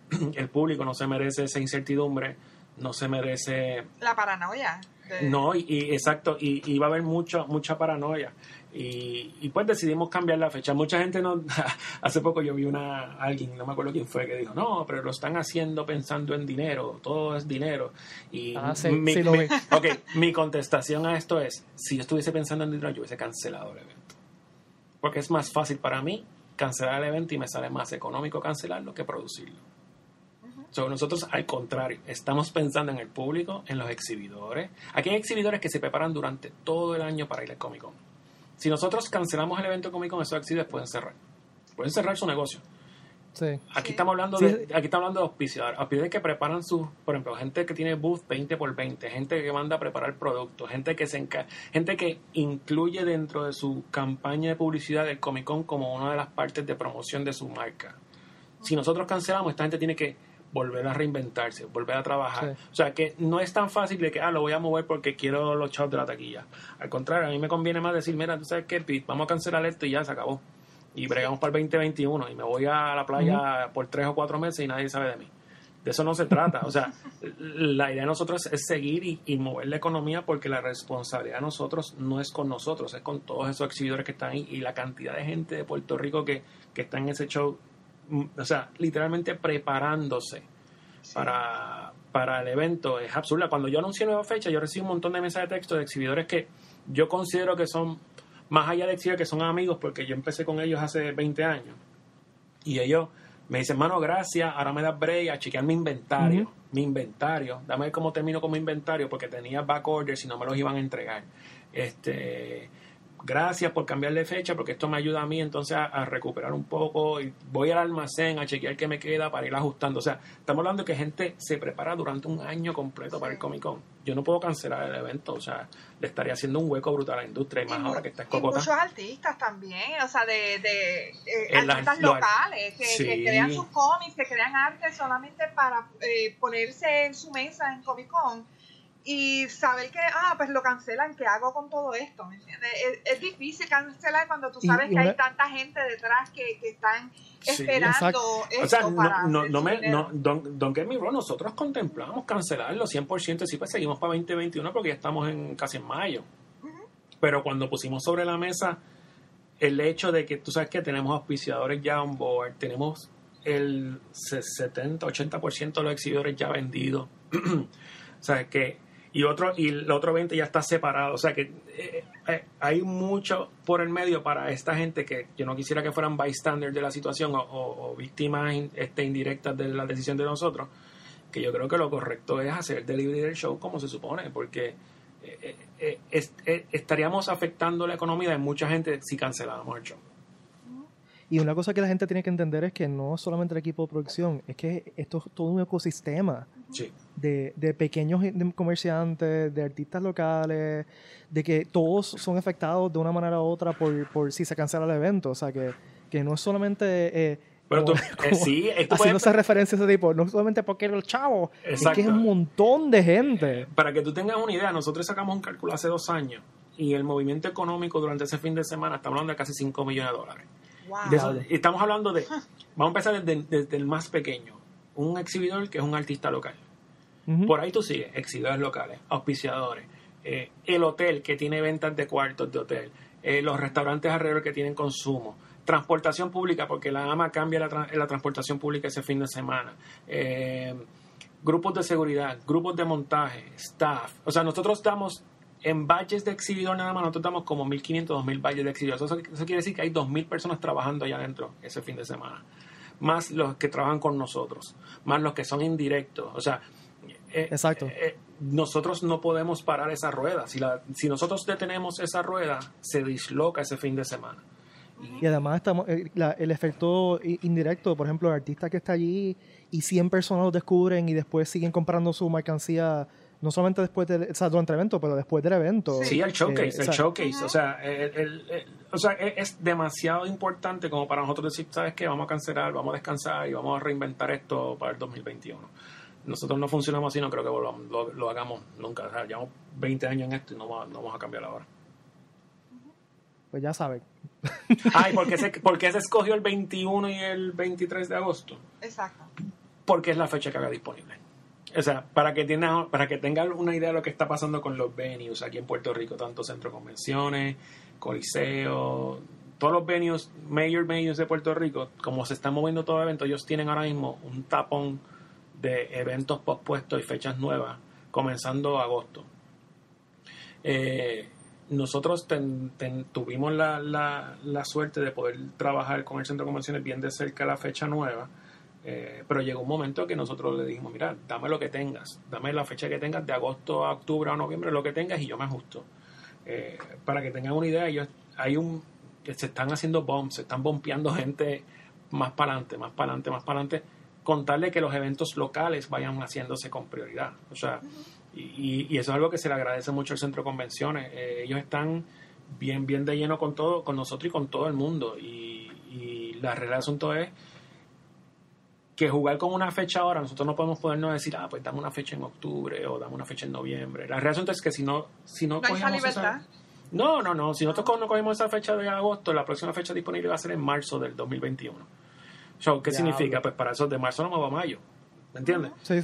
el público no se merece esa incertidumbre, no se merece... La paranoia. No, exacto, y va a haber mucha paranoia. Y pues decidimos cambiar la fecha. Mucha gente no... Hace poco yo vi alguien, no me acuerdo quién fue, que dijo, no, pero lo están haciendo pensando en dinero, todo es dinero. Y mi contestación a esto es, si yo estuviese pensando en dinero, yo hubiese cancelado el evento. Porque es más fácil para mí cancelar el evento y me sale más económico cancelarlo que producirlo. So, nosotros, al contrario, estamos pensando en el público, en los exhibidores. Aquí hay exhibidores que se preparan durante todo el año para ir al Comic Con. Si nosotros cancelamos el evento Comic Con, esos exhibidores pueden cerrar. Pueden cerrar su negocio. Sí. Aquí estamos hablando de auspiciadores. Auspiciadores que preparan por ejemplo, gente que tiene booth 20x20, gente que manda a preparar productos, gente que incluye dentro de su campaña de publicidad del Comic Con como una de las partes de promoción de su marca. Si nosotros cancelamos, esta gente tiene que volver a reinventarse, volver a trabajar. Sí. O sea, que no es tan fácil de que, lo voy a mover porque quiero los chavos de la taquilla. Al contrario, a mí me conviene más decir, mira, tú sabes qué, Pete, vamos a cancelar esto y ya se acabó. Y bregamos para el 2021 y me voy a la playa por 3 o 4 meses y nadie sabe de mí. De eso no se trata. O sea, la idea de nosotros es seguir y mover la economía, porque la responsabilidad de nosotros no es con nosotros, es con todos esos exhibidores que están ahí y la cantidad de gente de Puerto Rico que está en ese show. O sea, literalmente preparándose para el evento. Es absurda. Cuando yo anuncié nueva fecha, yo recibo un montón de mensajes de texto de exhibidores que yo considero que son, más allá de exhibidores, que son amigos, porque yo empecé con ellos hace 20 años. Y ellos me dicen, mano, gracias, ahora me das break a chequear mi inventario. Mi inventario. Dame ver cómo termino con mi inventario, porque tenía back orders y no me los iban a entregar. Gracias por cambiarle fecha, porque esto me ayuda a mí entonces a recuperar un poco, y voy al almacén a chequear qué me queda para ir ajustando. O sea, estamos hablando de que gente se prepara durante un año completo para el Comic Con. Yo no puedo cancelar el evento, o sea, le estaría haciendo un hueco brutal a la industria, y más ahora que está escopota. Y muchos artistas también, o sea, de artistas locales que crean sus cómics, que crean arte solamente para ponerse en su mesa en Comic Con. Y saber que, pues lo cancelan, ¿qué hago con todo esto? ¿Me entiendes? Es difícil cancelar cuando tú sabes que hay tanta gente detrás que están esperando esto. O sea, para don't get me wrong, nosotros contemplamos cancelarlo 100%, sí, pues seguimos para 2021 porque ya estamos casi en mayo. Pero cuando pusimos sobre la mesa el hecho de que tú sabes que tenemos auspiciadores ya on board, tenemos el 70-80% de los exhibidores ya vendidos, o sea que y el otro 20 ya está separado, o sea que hay mucho por el medio para esta gente que yo no quisiera que fueran bystanders de la situación o víctimas indirectas de la decisión de nosotros, que yo creo que lo correcto es hacer el delivery del show como se supone, porque estaríamos afectando la economía de mucha gente si canceláramos el show. Y una cosa que la gente tiene que entender es que no solamente el equipo de producción, es que esto es todo un ecosistema de pequeños comerciantes, de artistas locales, de que todos son afectados de una manera u otra por si se cancela el evento. O sea, que no es solamente... Pero haciéndose referencia a ese tipo, no solamente porque era el chavo, es que es un montón de gente. Para que tú tengas una idea, nosotros sacamos un cálculo hace 2 años y el movimiento económico durante ese fin de semana, estamos hablando de casi $5 millones. Wow. Estamos hablando vamos a empezar desde el más pequeño, un exhibidor que es un artista local. Por ahí tú sigues, exhibidores locales, auspiciadores, el hotel que tiene ventas de cuartos de hotel, los restaurantes alrededor que tienen consumo, transportación pública, porque la AMA cambia la transportación pública ese fin de semana, grupos de seguridad, grupos de montaje, staff. O sea, nosotros estamos en badges de exhibidor nada más, nosotros estamos como 1.500, 2.000 badges de exhibidor. Eso quiere decir que hay 2.000 personas trabajando allá adentro ese fin de semana, más los que trabajan con nosotros, más los que son indirectos. O sea, exacto. Nosotros no podemos parar esa rueda. Si nosotros detenemos esa rueda, se disloca ese fin de semana. Y además estamos el efecto indirecto, por ejemplo, el artista que está allí y 100 personas lo descubren y después siguen comprando su mercancía, no solamente después durante el evento, pero después del evento. Sí, el showcase. O sea, es demasiado importante como para nosotros decir, ¿sabes qué? Vamos a cancelar, vamos a descansar y vamos a reinventar esto para el 2021. Nosotros no funcionamos así, no creo que lo hagamos nunca. O sea, llevamos 20 años en esto y no vamos a cambiar ahora. Pues ya saben. Ay, ¿por qué se escogió el 21 y el 23 de agosto? Exacto. porque es la fecha que había disponible. O sea, para que tengan una idea de lo que está pasando con los venues aquí en Puerto Rico, tanto centro de convenciones, coliseo, todos los venues, major venues de Puerto Rico, como se están moviendo todos los eventos, ellos tienen ahora mismo un tapón de eventos pospuestos y fechas nuevas, comenzando agosto. Nosotros tuvimos la suerte de poder trabajar con el centro de convenciones bien de cerca la fecha nueva, pero llegó un momento que nosotros le dijimos, mira, dame lo que tengas, dame la fecha que tengas de agosto a octubre o noviembre, lo que tengas y yo me ajusto. Para que tengan una idea, se están haciendo bumps, se están bompeando gente más para adelante, con tal de que los eventos locales vayan haciéndose con prioridad. O sea, y eso es algo que se le agradece mucho al centro de convenciones. Ellos están bien de lleno con todo, con nosotros y con todo el mundo. Y la realidad del asunto es que jugar con una fecha ahora, nosotros no podemos podernos decir, pues dame una fecha en octubre o dame una fecha en noviembre. La realidad del asunto es que si no cogemos esa... No. Si nosotros no cogemos esa fecha de agosto, la próxima fecha disponible va a ser en marzo del 2021. So, ¿qué significa? Pues para eso de marzo no me va a mayo. ¿Me entiendes? Sí.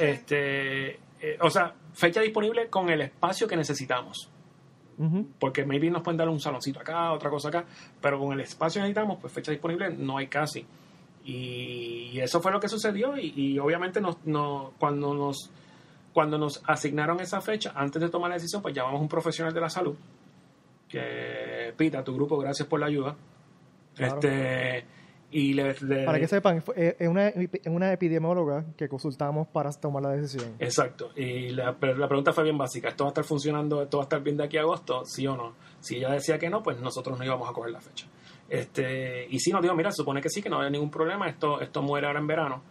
O sea, fecha disponible con el espacio que necesitamos. Porque maybe nos pueden dar un saloncito acá, otra cosa acá, pero con el espacio que necesitamos, pues fecha disponible no hay casi. Y eso fue lo que sucedió y obviamente cuando nos asignaron esa fecha, antes de tomar la decisión, pues llamamos a un profesional de la salud, que Pita, tu grupo, gracias por la ayuda. Claro. Para que sepan, es una epidemióloga que consultamos para tomar la decisión. Exacto. Y la pregunta fue bien básica. ¿Esto va a estar funcionando, esto va a estar bien de aquí a agosto? ¿Sí o no? Si ella decía que no, pues nosotros no íbamos a coger la fecha. Y sí nos dijo, mira, supone que sí, que no había ningún problema, esto muere ahora en verano.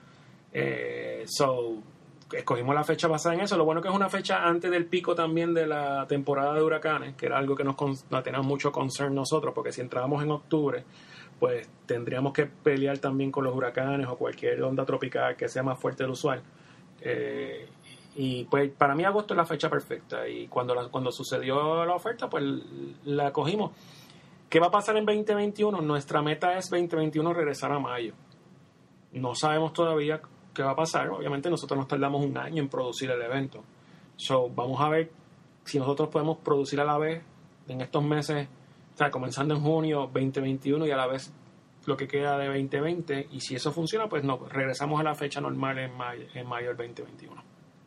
Escogimos la fecha basada en eso. Lo bueno que es una fecha antes del pico también de la temporada de huracanes, que era algo que nos teníamos mucho concern nosotros, porque si entrábamos en octubre, pues tendríamos que pelear también con los huracanes o cualquier onda tropical que sea más fuerte del usual. Y pues para mí agosto es la fecha perfecta, y cuando sucedió la oferta, pues la cogimos. ¿Qué va a pasar en 2021? Nuestra meta es 2021 regresar a mayo. No sabemos todavía qué va a pasar. Obviamente nosotros nos tardamos un año en producir el evento. So, vamos a ver si nosotros podemos producir a la vez en estos meses, o sea, comenzando en junio 2021 y a la vez lo que queda de 2020. Y si eso funciona, pues no, regresamos a la fecha normal en mayo del 2021.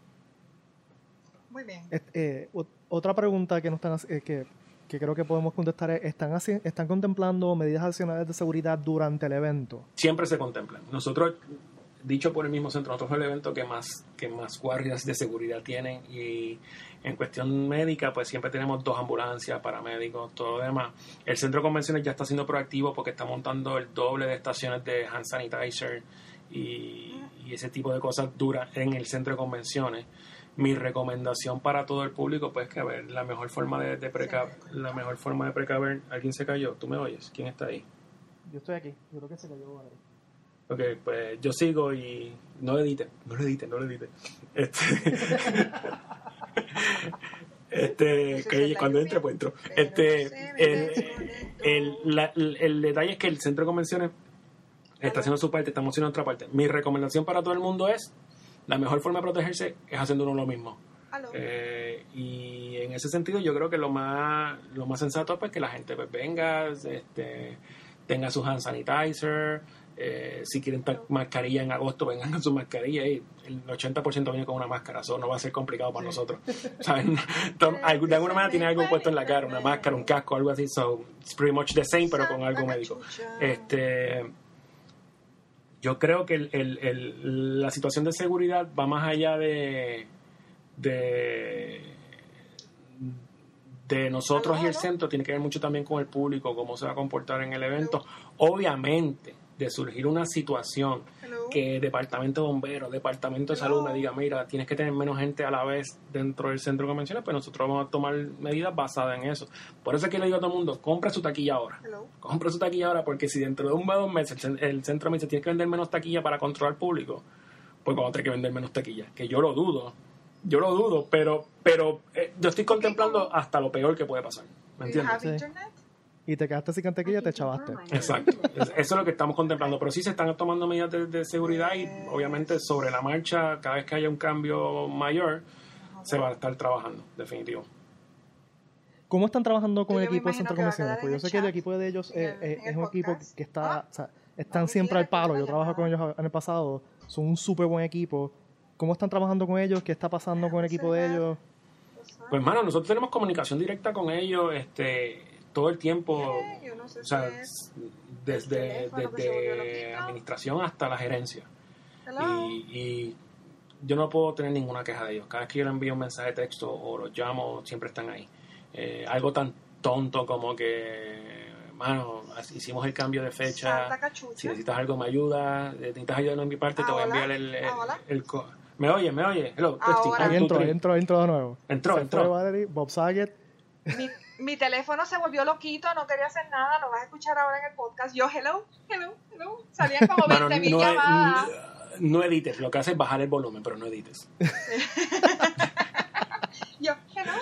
Muy bien. Otra pregunta que nos están que creo que podemos contestar es, ¿están contemplando medidas adicionales de seguridad durante el evento? Siempre se contemplan. Nosotros, dicho por el mismo centro, nosotros es el evento que más guardias de seguridad tienen, y en cuestión médica, pues siempre tenemos 2 ambulancias, paramédicos, todo lo demás. El centro de convenciones ya está siendo proactivo porque está montando el doble de estaciones de hand sanitizer y ese tipo de cosas duras en el centro de convenciones. Mi recomendación para todo el público, pues, que a ver, la mejor forma de precaver. ¿Alguien se cayó? ¿Tú me oyes? ¿Quién está ahí? Yo estoy aquí. Yo creo que se cayó ahora. Ok, pues yo sigo y no lo editen. Cuando entre, pues entro. El detalle es que el centro de convenciones está haciendo su parte, estamos haciendo otra parte. Mi recomendación para todo el mundo es: la mejor forma de protegerse es haciendo uno lo mismo. Y en ese sentido yo creo que lo más sensato es pues, que la gente pues, venga, tenga su hand sanitizer, si quieren mascarilla en agosto, vengan con su mascarilla, y el 80% viene con una máscara, eso no va a ser complicado para nosotros. ¿Saben? De alguna manera tiene algo puesto en la cara, una máscara, un casco, algo así, so it's pretty much the same, pero con algo médico. Yo creo que la situación de seguridad va más allá de nosotros y el centro, tiene que ver mucho también con el público, cómo se va a comportar en el evento. Obviamente, de surgir una situación que departamento de bomberos, departamento de salud me diga, mira, tienes que tener menos gente a la vez dentro del centro de convenciones, pues nosotros vamos a tomar medidas basadas en eso. Por eso es que le digo a todo el mundo, compra su taquilla ahora. Porque si dentro de 1 o 2 meses el centro me dice, tienes que vender menos taquilla para controlar público, pues vamos a tener que vender menos taquilla, que yo lo dudo, pero yo estoy contemplando hasta lo peor que puede pasar. ¿Me entiendes? ¿Have internet? y te quedaste sin cantequilla, te chavaste. Exacto. Eso es lo que estamos contemplando. Pero sí se están tomando medidas de seguridad y obviamente sobre la marcha, cada vez que haya un cambio mayor, se va a estar trabajando, definitivo. ¿Cómo están trabajando con el Yo me equipo de imagino Centro que va a Comisiones? quedar Pues yo en sé el que el chat, equipo de ellos en el es un equipo podcast. que está, Ah, o sea, están muy siempre bien, al palo. Yo la trabajo con llamada. ellos en el pasado. Son un súper buen equipo. ¿Cómo están trabajando con ellos? ¿Qué está pasando con el equipo de ellos? Pues, mano, nosotros tenemos comunicación directa con ellos todo el tiempo. Yo no sé O sea, si es desde el teléfono que se volvió loquito. administración hasta la gerencia. Hello. Y yo no puedo tener ninguna queja de ellos. Cada vez que yo les envío un mensaje de texto o los llamo, siempre están ahí. Algo tan tonto como que, mano, hicimos el cambio de fecha. Santa cachucha. Si necesitas algo, me ayuda. Necesitas ayuda en mi parte, te voy a Hola. enviar Hola. ¿Me oye? Hello, Ahora. testing. Ahí entró de nuevo. Entró. Se fue Valerie, Bob Saget. Mi teléfono se volvió loquito, no quería hacer nada, lo vas a escuchar ahora en el podcast. Yo, hello. Salían como Mano, 20.000 llamadas. no edites, lo que haces es bajar el volumen, pero no edites. Yo, hello.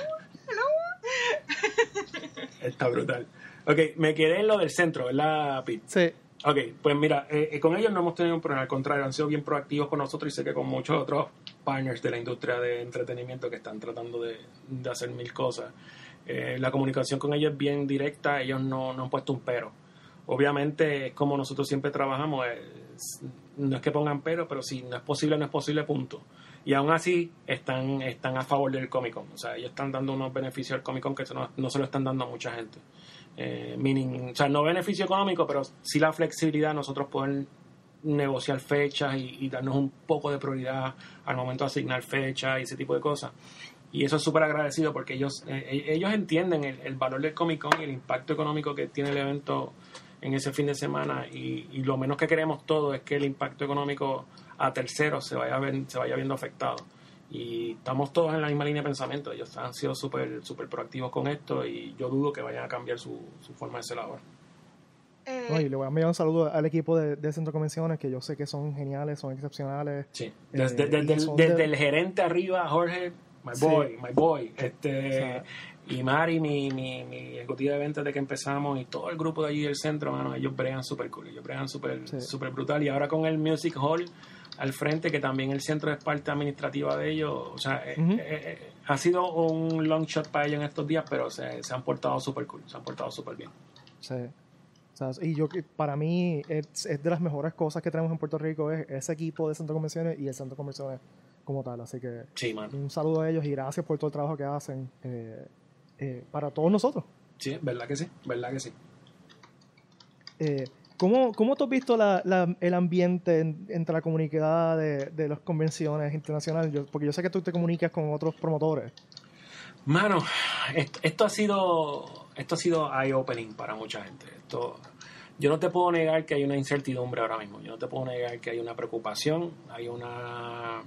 Está brutal. Ok, me quedé en lo del centro, ¿verdad, Pete? Sí. Ok, pues mira, con ellos no hemos tenido un problema, al contrario, han sido bien proactivos con nosotros y sé que con muchos otros partners de la industria de entretenimiento que están tratando de hacer mil cosas. La comunicación con ellos es bien directa, ellos no han puesto un pero. Obviamente, es como nosotros siempre trabajamos, no es que pongan pero si no es posible, punto. Y aún así están a favor del Comic Con. O sea, ellos están dando unos beneficios al Comic Con que no se lo están dando a mucha gente. O sea, no beneficio económico, pero sí la flexibilidad, nosotros poder negociar fechas y darnos un poco de prioridad al momento de asignar fechas y ese tipo de cosas. Y eso es súper agradecido porque ellos entienden el valor del Comic Con y el impacto económico que tiene el evento en ese fin de semana y lo menos que queremos todos es que el impacto económico a terceros se vaya viendo afectado. Y estamos todos en la misma línea de pensamiento. Ellos han sido súper proactivos con esto y yo dudo que vayan a cambiar su forma de ser ahora. No, y le voy a enviar un saludo al equipo de Centro Convenciones, que yo sé que son geniales, son excepcionales. Sí. Desde el gerente arriba, Jorge, my boy. O sea, Y Mari, mi ejecutiva de ventas de que empezamos, y todo el grupo de allí del centro, mano, ellos bregan súper cool, ellos bregan súper brutal. Y ahora con el Music Hall al frente, que también el centro es parte administrativa de ellos, o sea, ha sido un long shot para ellos en estos días, pero se han portado súper cool, se han portado súper bien. sí. O sea, y para mí es de las mejores cosas que tenemos en Puerto Rico es ese equipo de Centro Convenciones y el Centro Convenciones como tal. Así que Sí, mano. un saludo a ellos y gracias por todo el trabajo que hacen para todos nosotros. Sí, verdad que sí. ¿Cómo tú has visto el ambiente entre la comunidad de las convenciones internacionales? Porque yo sé que tú te comunicas con otros promotores. Mano, esto ha sido eye-opening para mucha gente. Yo no te puedo negar que hay una incertidumbre ahora mismo. Yo no te puedo negar que hay una preocupación, hay una...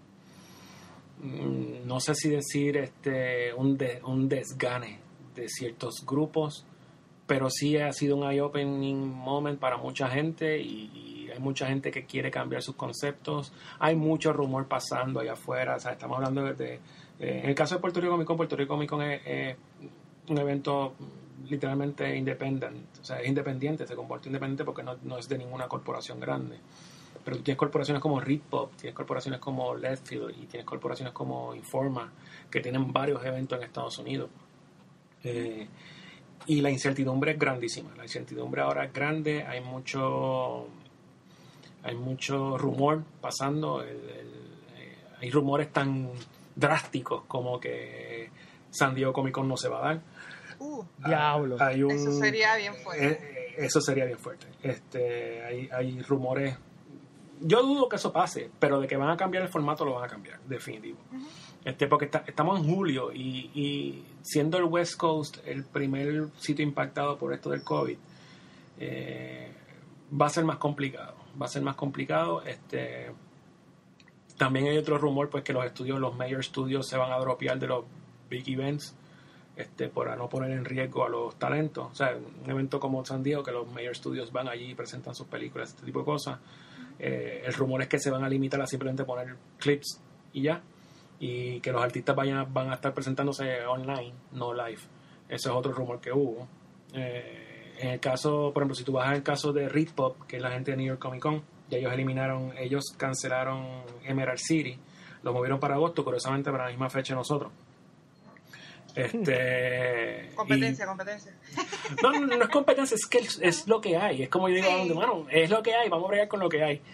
no sé si decir un desgane de ciertos grupos, pero sí ha sido un eye-opening moment para mucha gente y hay mucha gente que quiere cambiar sus conceptos. Hay mucho rumor pasando allá afuera. O sea, estamos hablando en el caso de Puerto Rico Comic Con es un evento literalmente independiente, o sea, es independiente, se comporta independiente porque no es de ninguna corporación grande. Pero tú tienes corporaciones como Ritpop, tienes corporaciones como Leftfield y tienes corporaciones como Informa que tienen varios eventos en Estados Unidos. Y la incertidumbre es grandísima. La incertidumbre ahora es grande, hay mucho rumor pasando. Hay rumores tan drásticos como que San Diego Comic Con no se va a dar. Diablo. Eso sería bien fuerte. Eso sería bien fuerte. Hay rumores. Yo dudo que eso pase, pero de que van a cambiar el formato lo van a cambiar, definitivo. Porque estamos en julio y siendo el West Coast el primer sitio impactado por esto del COVID, va a ser más complicado. También hay otro rumor, pues, que los major studios se van a dropear de los big events, para no poner en riesgo a los talentos. O sea, un evento como San Diego, que los major studios van allí y presentan sus películas, este tipo de cosas. El rumor es que se van a limitar a simplemente poner clips y ya, y que los artistas van a estar presentándose online, no live. Ese es otro rumor que hubo. En el caso, por ejemplo, si tú vas al caso de ReedPop, que es la gente de New York Comic Con, ya ellos cancelaron Emerald City, lo movieron para agosto, curiosamente para la misma fecha de nosotros. Competencia. No es competencia, es que es lo que hay. Es como yo digo, bueno, es lo que hay, vamos a bregar con lo que hay.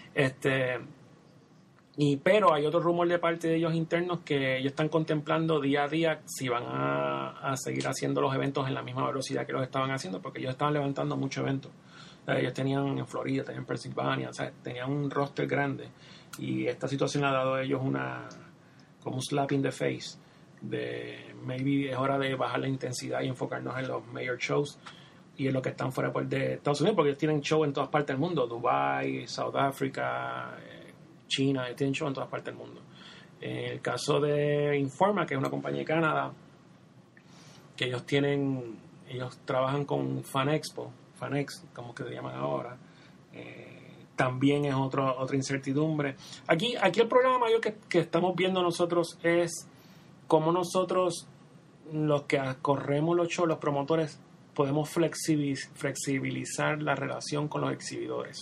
Pero hay otro rumor de parte de ellos internos que ellos están contemplando día a día si van a seguir haciendo los eventos en la misma velocidad que los estaban haciendo, porque ellos estaban levantando muchos eventos. Ellos tenían en Florida, tenían en Pensilvania, o sea, tenían un roster grande, y esta situación ha dado a ellos como un slap in the face de maybe es hora de bajar la intensidad y enfocarnos en los major shows y en lo que están fuera de Estados Unidos, porque ellos tienen show en todas partes del mundo, Dubai, South Africa, China, ellos tienen show en todas partes del mundo. En el caso de Informa, que es una compañía de Canadá, que ellos trabajan con Fanex, como que se llaman ahora, también es otra incertidumbre. Aquí el problema mayor que estamos viendo nosotros es cómo nosotros, los que corremos los shows, los promotores, podemos flexibilizar la relación con los exhibidores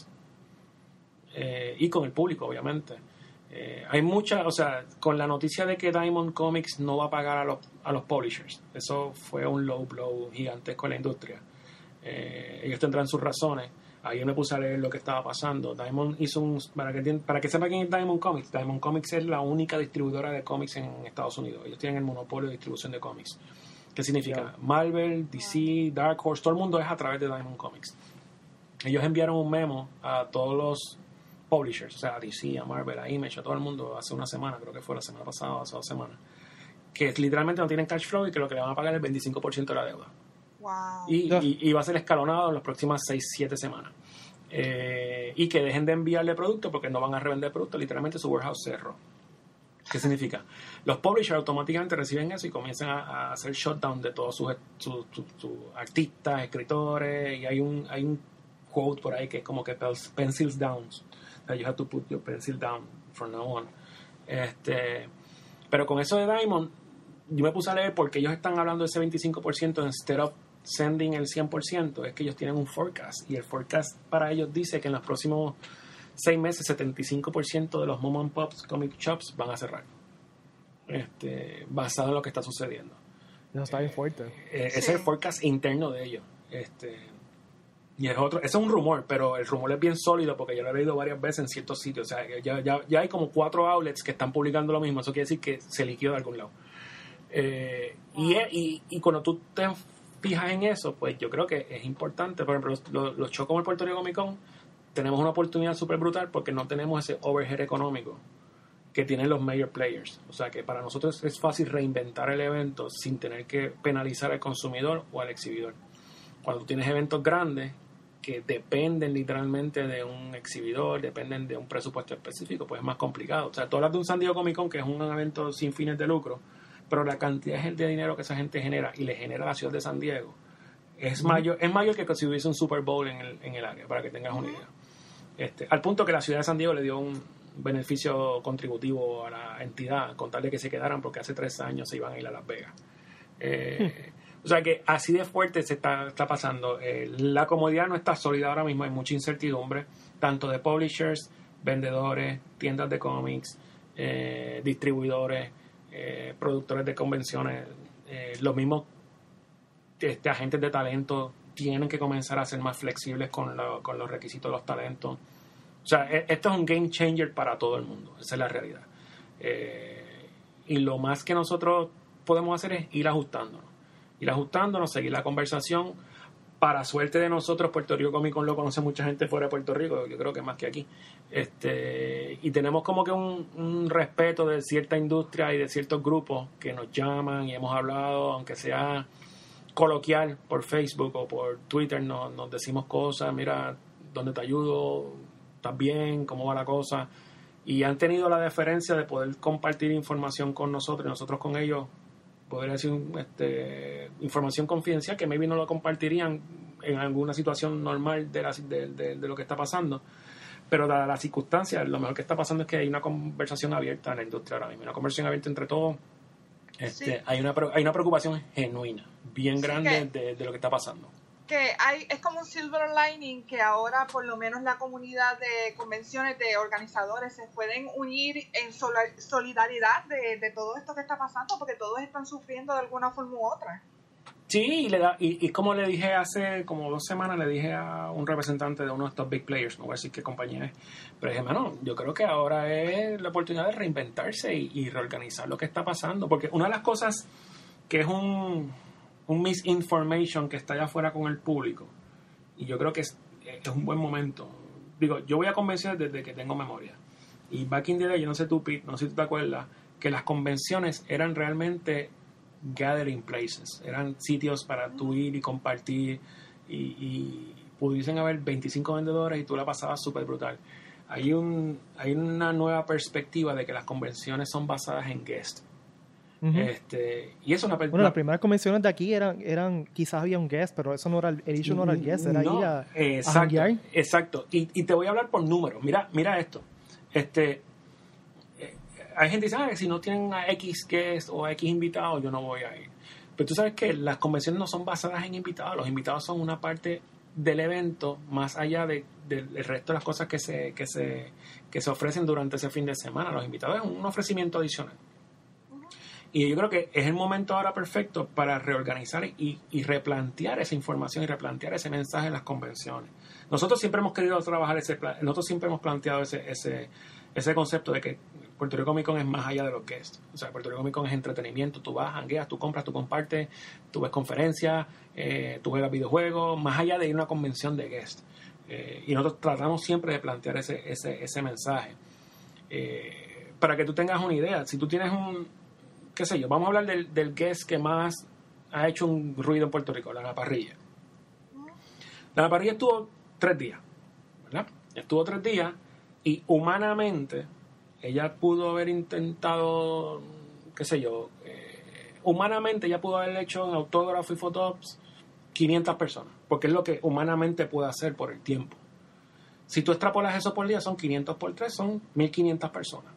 y con el público, obviamente. Hay con la noticia de que Diamond Comics no va a pagar a los publishers, eso fue un low blow gigantesco en la industria. Ellos tendrán sus razones. Ahí me puse a leer lo que estaba pasando. Diamond hizo para que sepa quién es Diamond Comics. Diamond Comics es la única distribuidora de cómics en Estados Unidos. Ellos tienen el monopolio de distribución de cómics. ¿Qué significa? Marvel, DC, Dark Horse, todo el mundo es a través de Diamond Comics. Ellos enviaron un memo a todos los publishers, o sea, a DC, a Marvel, a Image, a todo el mundo hace una semana, creo que fue la semana pasada, hace 2 semanas, que literalmente no tienen cash flow y que lo que le van a pagar es el 25% de la deuda. Wow. Y va a ser escalonado en las próximas 6-7 semanas. Y que dejen de enviarle producto porque no van a revender producto. Literalmente su warehouse cerró. ¿Qué significa? Los publishers automáticamente reciben eso y comienzan a hacer shutdown de todos sus artistas, escritores. Y hay un quote por ahí que es como que pencils down. You have to put your pencil down from now on. Pero con eso de Diamond, yo me puse a leer porque ellos están hablando de ese 25% instead of sending el 100%, es que ellos tienen un forecast, y el forecast para ellos dice que en los próximos 6 meses 75% de los mom and pops comic shops van a cerrar, basado en lo que está sucediendo. Eso está bien fuerte. Ese es el forecast interno de ellos. Y eso es un rumor, pero el rumor es bien sólido porque yo lo he leído varias veces en ciertos sitios. O sea, ya hay como 4 outlets que están publicando lo mismo. Eso quiere decir que se liquidó de algún lado. Y cuando tú te fijas en eso, pues yo creo que es importante. Por ejemplo, los shows como el Puerto Rico Comic Con, tenemos una oportunidad súper brutal porque no tenemos ese overhead económico que tienen los major players. O sea que para nosotros es fácil reinventar el evento sin tener que penalizar al consumidor o al exhibidor. Cuando tú tienes eventos grandes que dependen literalmente de un exhibidor, dependen de un presupuesto específico, pues es más complicado. O sea, tú hablas de un San Diego Comic Con, que es un evento sin fines de lucro, pero la cantidad de dinero que esa gente genera y le genera a la ciudad de San Diego es mayor que si hubiese un Super Bowl en el área, para que tengas una idea. Al punto que la ciudad de San Diego le dio un beneficio contributivo a la entidad, con tal de que se quedaran, porque hace 3 años se iban a ir a Las Vegas. O sea que así de fuerte se está pasando. La comodidad no está sólida ahora mismo, hay mucha incertidumbre, tanto de publishers, vendedores, tiendas de cómics, distribuidores, productores de convenciones, los mismos agentes de talento tienen que comenzar a ser más flexibles con los requisitos de los talentos. O sea, esto es un game changer para todo el mundo, esa es la realidad. Y lo más que nosotros podemos hacer es ir ajustándonos, seguir la conversación. Para suerte de nosotros, Puerto Rico Comic Con lo conoce mucha gente fuera de Puerto Rico, yo creo que más que aquí. Y tenemos como que un respeto de cierta industria y de ciertos grupos que nos llaman y hemos hablado, aunque sea coloquial por Facebook o por Twitter, nos decimos cosas, mira, ¿dónde te ayudo? ¿Estás bien? ¿Cómo va la cosa? Y han tenido la deferencia de poder compartir información con nosotros y nosotros con ellos poder decir información confidencial que maybe no lo compartirían en alguna situación normal de lo que está pasando, pero dadas las circunstancias, lo mejor que está pasando es que hay una conversación abierta en la industria ahora mismo, una conversación abierta entre todos. Sí. Hay una preocupación genuina bien grande de lo que está pasando. que es como un silver lining que ahora por lo menos la comunidad de convenciones de organizadores se pueden unir en solidaridad de todo esto que está pasando, porque todos están sufriendo de alguna forma u otra. Sí, y como le dije hace como 2 semanas, le dije a un representante de uno de estos big players, no voy a decir qué compañía es, pero dije, mano, yo creo que ahora es la oportunidad de reinventarse y reorganizar lo que está pasando, porque una de las cosas que es un misinformation que está allá afuera con el público, y yo creo que es un buen momento. Digo, yo voy a convenciones desde que tengo memoria, y back in the day, yo no sé tú, Pete, no sé si tú te acuerdas, que las convenciones eran realmente gathering places, eran sitios para tú ir y compartir y pudiesen haber 25 vendedores y tú la pasabas súper brutal. Hay una nueva perspectiva de que las convenciones son basadas en guest. Uh-huh. Y eso bueno, las primeras convenciones de aquí eran quizás había un guest, pero eso no era el issue, no era el guest, era ir a janguear. Exacto. Y te voy a hablar por números. Mira esto. Hay gente que dice, si no tienen a X guest o a X invitados, yo no voy a ir. Pero tú sabes que las convenciones no son basadas en invitados. Los invitados son una parte del evento más allá del resto de las cosas que se ofrecen durante ese fin de semana. Los invitados es un ofrecimiento adicional. Y yo creo que es el momento ahora perfecto para reorganizar y replantear esa información y replantear ese mensaje en las convenciones. Nosotros siempre hemos querido trabajar nosotros siempre hemos planteado ese concepto de que Puerto Rico Comic Con es más allá de lo que es. O sea, Puerto Rico Comic Con es entretenimiento. Tú vas, jangueas, tú compras, tú compartes, tú ves conferencias, tú juegas videojuegos, más allá de ir a una convención de guest. Y nosotros tratamos siempre de plantear ese mensaje. Para que tú tengas una idea, si tú tienes qué sé yo, vamos a hablar del guest que más ha hecho un ruido en Puerto Rico, la Ana Parrilla. La Ana Parrilla estuvo 3 días, ¿verdad? Estuvo 3 días y humanamente ella pudo haber intentado, qué sé yo, humanamente ella pudo haber hecho en autógrafo y fotos 500 personas, porque es lo que humanamente puede hacer por el tiempo. Si tú extrapolas eso por día, son 500 por 3, son 1.500 personas.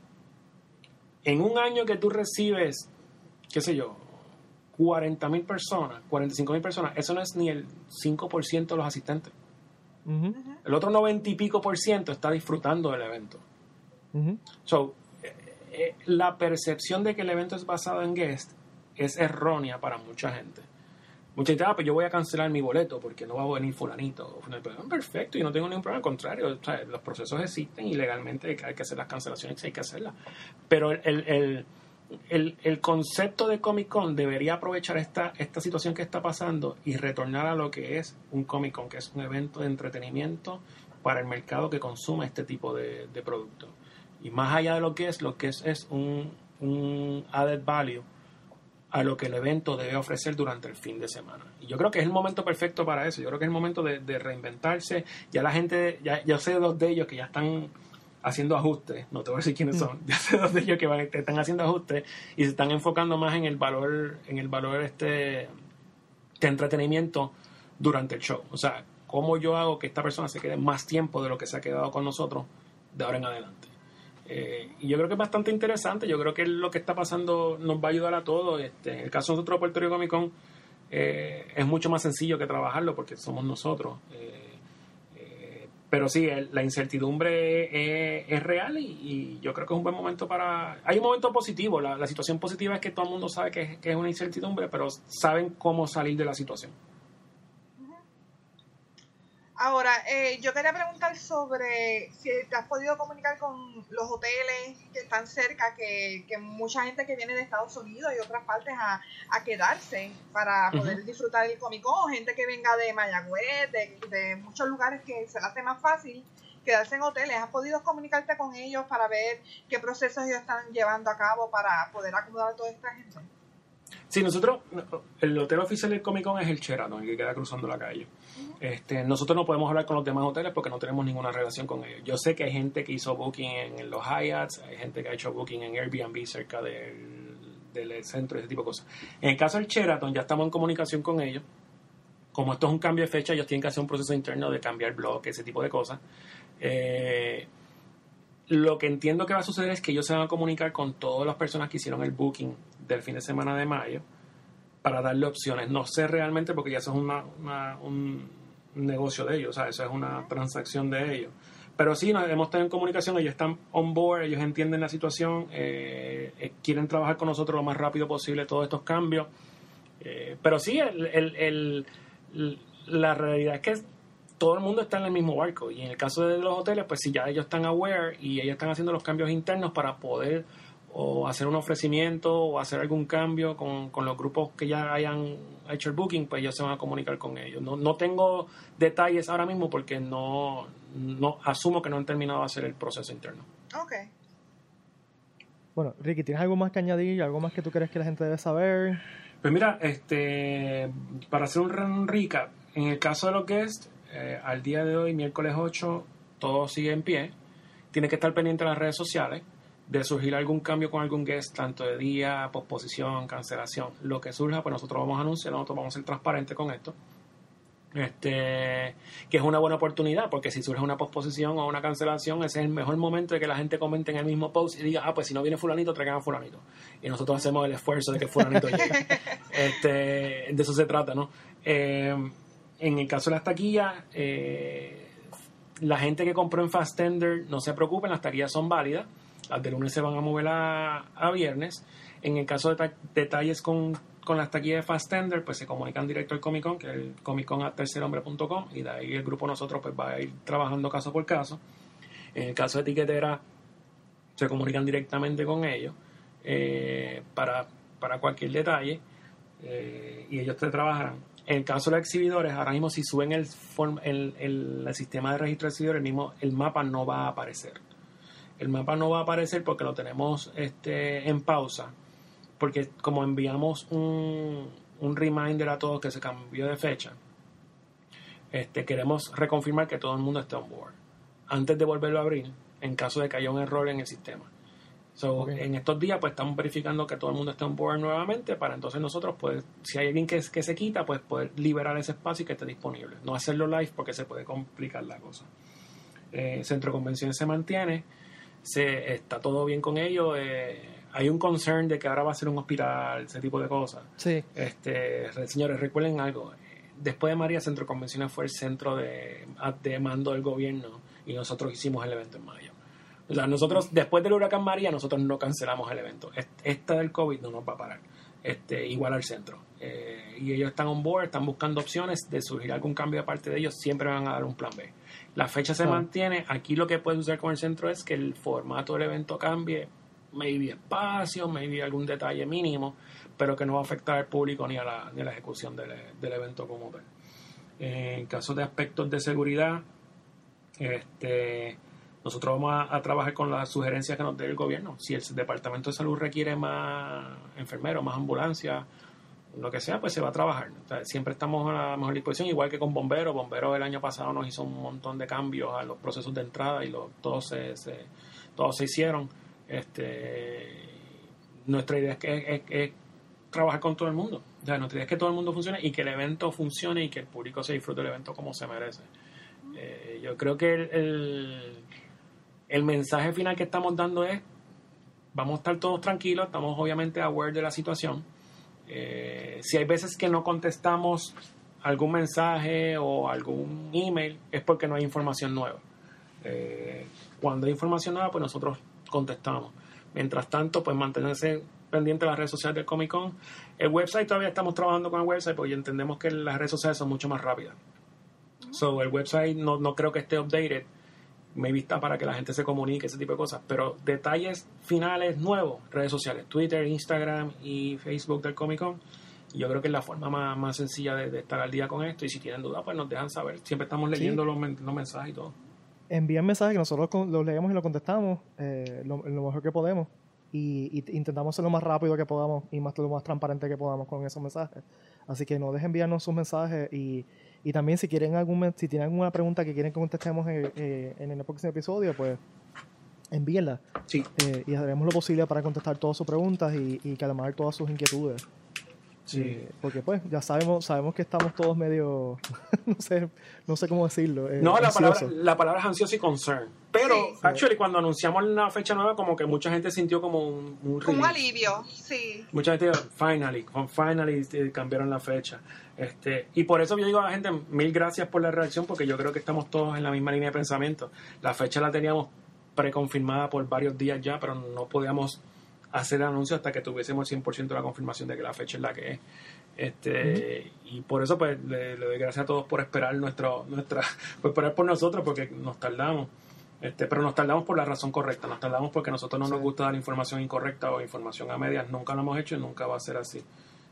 En un año que tú recibes, qué sé yo, 40,000 personas, 45,000 personas, eso no es ni el 5% de los asistentes. Uh-huh. El otro 90 y pico % está disfrutando del evento. Uh-huh. So, la percepción de que el evento es basado en guest es errónea para mucha gente. Mucha gente, pues yo voy a cancelar mi boleto porque no va a venir fulanito. Perfecto, yo no tengo ningún problema, al contrario, o sea, los procesos existen y legalmente hay que hacer las cancelaciones, hay que hacerlas. Pero el concepto de Comic Con debería aprovechar esta situación que está pasando y retornar a lo que es un Comic Con, que es un evento de entretenimiento para el mercado que consume este tipo de productos. Y más allá de lo que es un added value a lo que el evento debe ofrecer durante el fin de semana. Y yo creo que es el momento perfecto para eso. Yo creo que es el momento de reinventarse. Ya la gente, ya sé 2 de ellos que ya están haciendo ajustes, no te voy a decir quiénes son, ya sé 2 de ellos que están haciendo ajustes y se están enfocando más en el valor de entretenimiento durante el show. O sea, cómo yo hago que esta persona se quede más tiempo de lo que se ha quedado con nosotros de ahora en adelante. Y yo creo que es bastante interesante. Yo creo que lo que está pasando nos va a ayudar a todos. En el caso de nosotros de Puerto Rico Comic Con es mucho más sencillo que trabajarlo porque somos nosotros. Pero sí, la incertidumbre es real y yo creo que es un buen momento hay un momento positivo. La situación positiva es que todo el mundo sabe que es una incertidumbre, pero saben cómo salir de la situación. Ahora, yo quería preguntar sobre si te has podido comunicar con los hoteles que están cerca, que mucha gente que viene de Estados Unidos y otras partes a quedarse para poder disfrutar el Comic Con, gente que venga de Mayagüez, de muchos lugares que se les hace más fácil quedarse en hoteles. ¿Has podido comunicarte con ellos para ver qué procesos ellos están llevando a cabo para poder acomodar a toda esta gente? Sí, el hotel oficial del Comic Con es el Sheraton, el que queda cruzando la calle. Nosotros no podemos hablar con los demás hoteles porque no tenemos ninguna relación con ellos. Yo sé que hay gente que hizo booking en los Hyatts, hay gente que ha hecho booking en Airbnb cerca del centro y ese tipo de cosas. En el caso del Sheraton ya estamos en comunicación con ellos. Como esto es un cambio de fecha, ellos tienen que hacer un proceso interno de cambiar bloques, ese tipo de cosas. Lo que entiendo que va a suceder es que ellos se van a comunicar con todas las personas que hicieron el booking del fin de semana de mayo para darle opciones. No sé realmente porque ya eso es un negocio de ellos, o sea, eso es una transacción de ellos. Pero sí, hemos tenido comunicación, ellos están on board, ellos entienden la situación, quieren trabajar con nosotros lo más rápido posible todos estos cambios. Pero sí, la realidad es que todo el mundo está en el mismo barco. Y en el caso de los hoteles, pues si ya ellos están aware y ellos están haciendo los cambios internos para poder o hacer un ofrecimiento o hacer algún cambio con los grupos que ya hayan hecho el booking, pues ellos se van a comunicar con ellos. No tengo detalles ahora mismo porque no asumo que no han terminado de hacer el proceso interno. Ok. Bueno, Ricky, ¿tienes algo más que añadir? ¿Algo más que tú crees que la gente debe saber? Pues mira, para hacer un recap, en el caso de los guests, al día de hoy, miércoles 8, todo sigue en pie. Tiene que estar pendiente de las redes sociales. De surgir algún cambio con algún guest, tanto de día, posposición, cancelación, lo que surja, pues nosotros vamos a anunciar, nosotros vamos a ser transparentes con esto. Que es una buena oportunidad, porque si surge una posposición o una cancelación, ese es el mejor momento de que la gente comente en el mismo post y diga, pues si no viene fulanito, traigan a fulanito. Y nosotros hacemos el esfuerzo de que fulanito llegue. De eso se trata, ¿no? En el caso de las taquillas, la gente que compró en Fastender, no se preocupen, las taquillas son válidas. Las de lunes se van a mover a viernes. En el caso de detalles con las taquillas de Fastender, pues se comunican directo al Comic Con, que es el comiccon@tercerhombre.com, y de ahí el grupo nosotros pues va a ir trabajando caso por caso. En el caso de etiquetera, se comunican directamente con ellos para cualquier detalle, y ellos te trabajarán. En el caso de los exhibidores, ahora mismo si suben el sistema de registro de exhibidores, el mapa no va a aparecer. El mapa no va a aparecer porque lo tenemos en pausa, porque como enviamos un reminder a todos que se cambió de fecha, queremos reconfirmar que todo el mundo esté on board antes de volverlo a abrir en caso de que haya un error en el sistema. Okay. En estos días pues estamos verificando que todo el mundo esté on board nuevamente para entonces nosotros, pues, si hay alguien que se quita, pues poder liberar ese espacio y que esté disponible. No hacerlo live porque se puede complicar la cosa. Centro de Convenciones se mantiene. Está todo bien con ellos. Hay un concern de que ahora va a ser un hospital, ese tipo de cosas. Sí. Señores, recuerden algo. Después de María, Centro de Convenciones fue el centro de mando del gobierno y nosotros hicimos el evento en mayo. O sea, nosotros, después del huracán María, nosotros no cancelamos el evento. Esta del COVID no nos va a parar. Igual al centro. Y ellos están on board, están buscando opciones. De surgir algún cambio de parte de ellos, siempre van a dar un plan B. La fecha se mantiene. Aquí lo que puede suceder con el centro es que el formato del evento cambie, maybe espacio, maybe algún detalle mínimo, pero que no va a afectar al público ni a la ejecución del evento como tal. En caso de aspectos de seguridad, nosotros vamos a trabajar con las sugerencias que nos dé el gobierno. Si el Departamento de Salud requiere más enfermeros, más ambulancias, lo que sea, pues se va a trabajar. O sea, siempre estamos a la mejor disposición, igual que con bomberos. Bomberos el año pasado nos hizo un montón de cambios a los procesos de entrada y todos se hicieron. Nuestra idea es trabajar con todo el mundo. O sea, nuestra idea es que todo el mundo funcione y que el evento funcione y que el público se disfrute del evento como se merece. Yo creo que el mensaje final que estamos dando es: vamos a estar todos tranquilos, estamos obviamente aware de la situación. Si hay veces que no contestamos algún mensaje o algún email, es porque no hay información nueva. Cuando hay información nueva, pues nosotros contestamos. Mientras tanto, pues mantenerse pendiente de las redes sociales del Comic Con. El website, todavía estamos trabajando con el website porque entendemos que las redes sociales son mucho más rápidas. El website no creo que esté updated. Maybe está para que la gente se comunique, ese tipo de cosas. Pero detalles finales nuevos, redes sociales, Twitter, Instagram y Facebook del Comic Con. Yo creo que es la forma más sencilla de estar al día con esto. Y si tienen dudas, pues nos dejan saber. Siempre estamos leyendo los mensajes y todo. Envían mensajes que nosotros los leemos y los contestamos lo mejor que podemos. Y intentamos ser lo más rápido que podamos y lo más transparente que podamos con esos mensajes. Así que no dejen enviarnos sus mensajes y también si tienen alguna pregunta que quieren que contestemos en el próximo episodio, pues envíenla. Sí. Y haremos lo posible para contestar todas sus preguntas y calmar todas sus inquietudes. Sí. Porque pues ya sabemos que estamos todos medio, no sé cómo decirlo. No, ansiosos. la palabra es ansioso y concern. Pero, Sí. actually, cuando anunciamos una fecha nueva, como que mucha gente sintió como un Un relief. alivio, sí. Mucha gente dijo, finally cambiaron la fecha. Y por eso yo digo a la gente, mil gracias por la reacción, porque yo creo que estamos todos en la misma línea de pensamiento. La fecha la teníamos preconfirmada por varios días ya, pero no podíamos hacer el anuncio hasta que tuviésemos el 100% de la confirmación de que la fecha es la que es. Y por eso pues le doy gracias a todos por esperar por esperar por nosotros, porque nos tardamos. Pero nos tardamos por la razón correcta, nos tardamos porque a nosotros no nos gusta dar información incorrecta o información a medias, nunca lo hemos hecho y nunca va a ser así.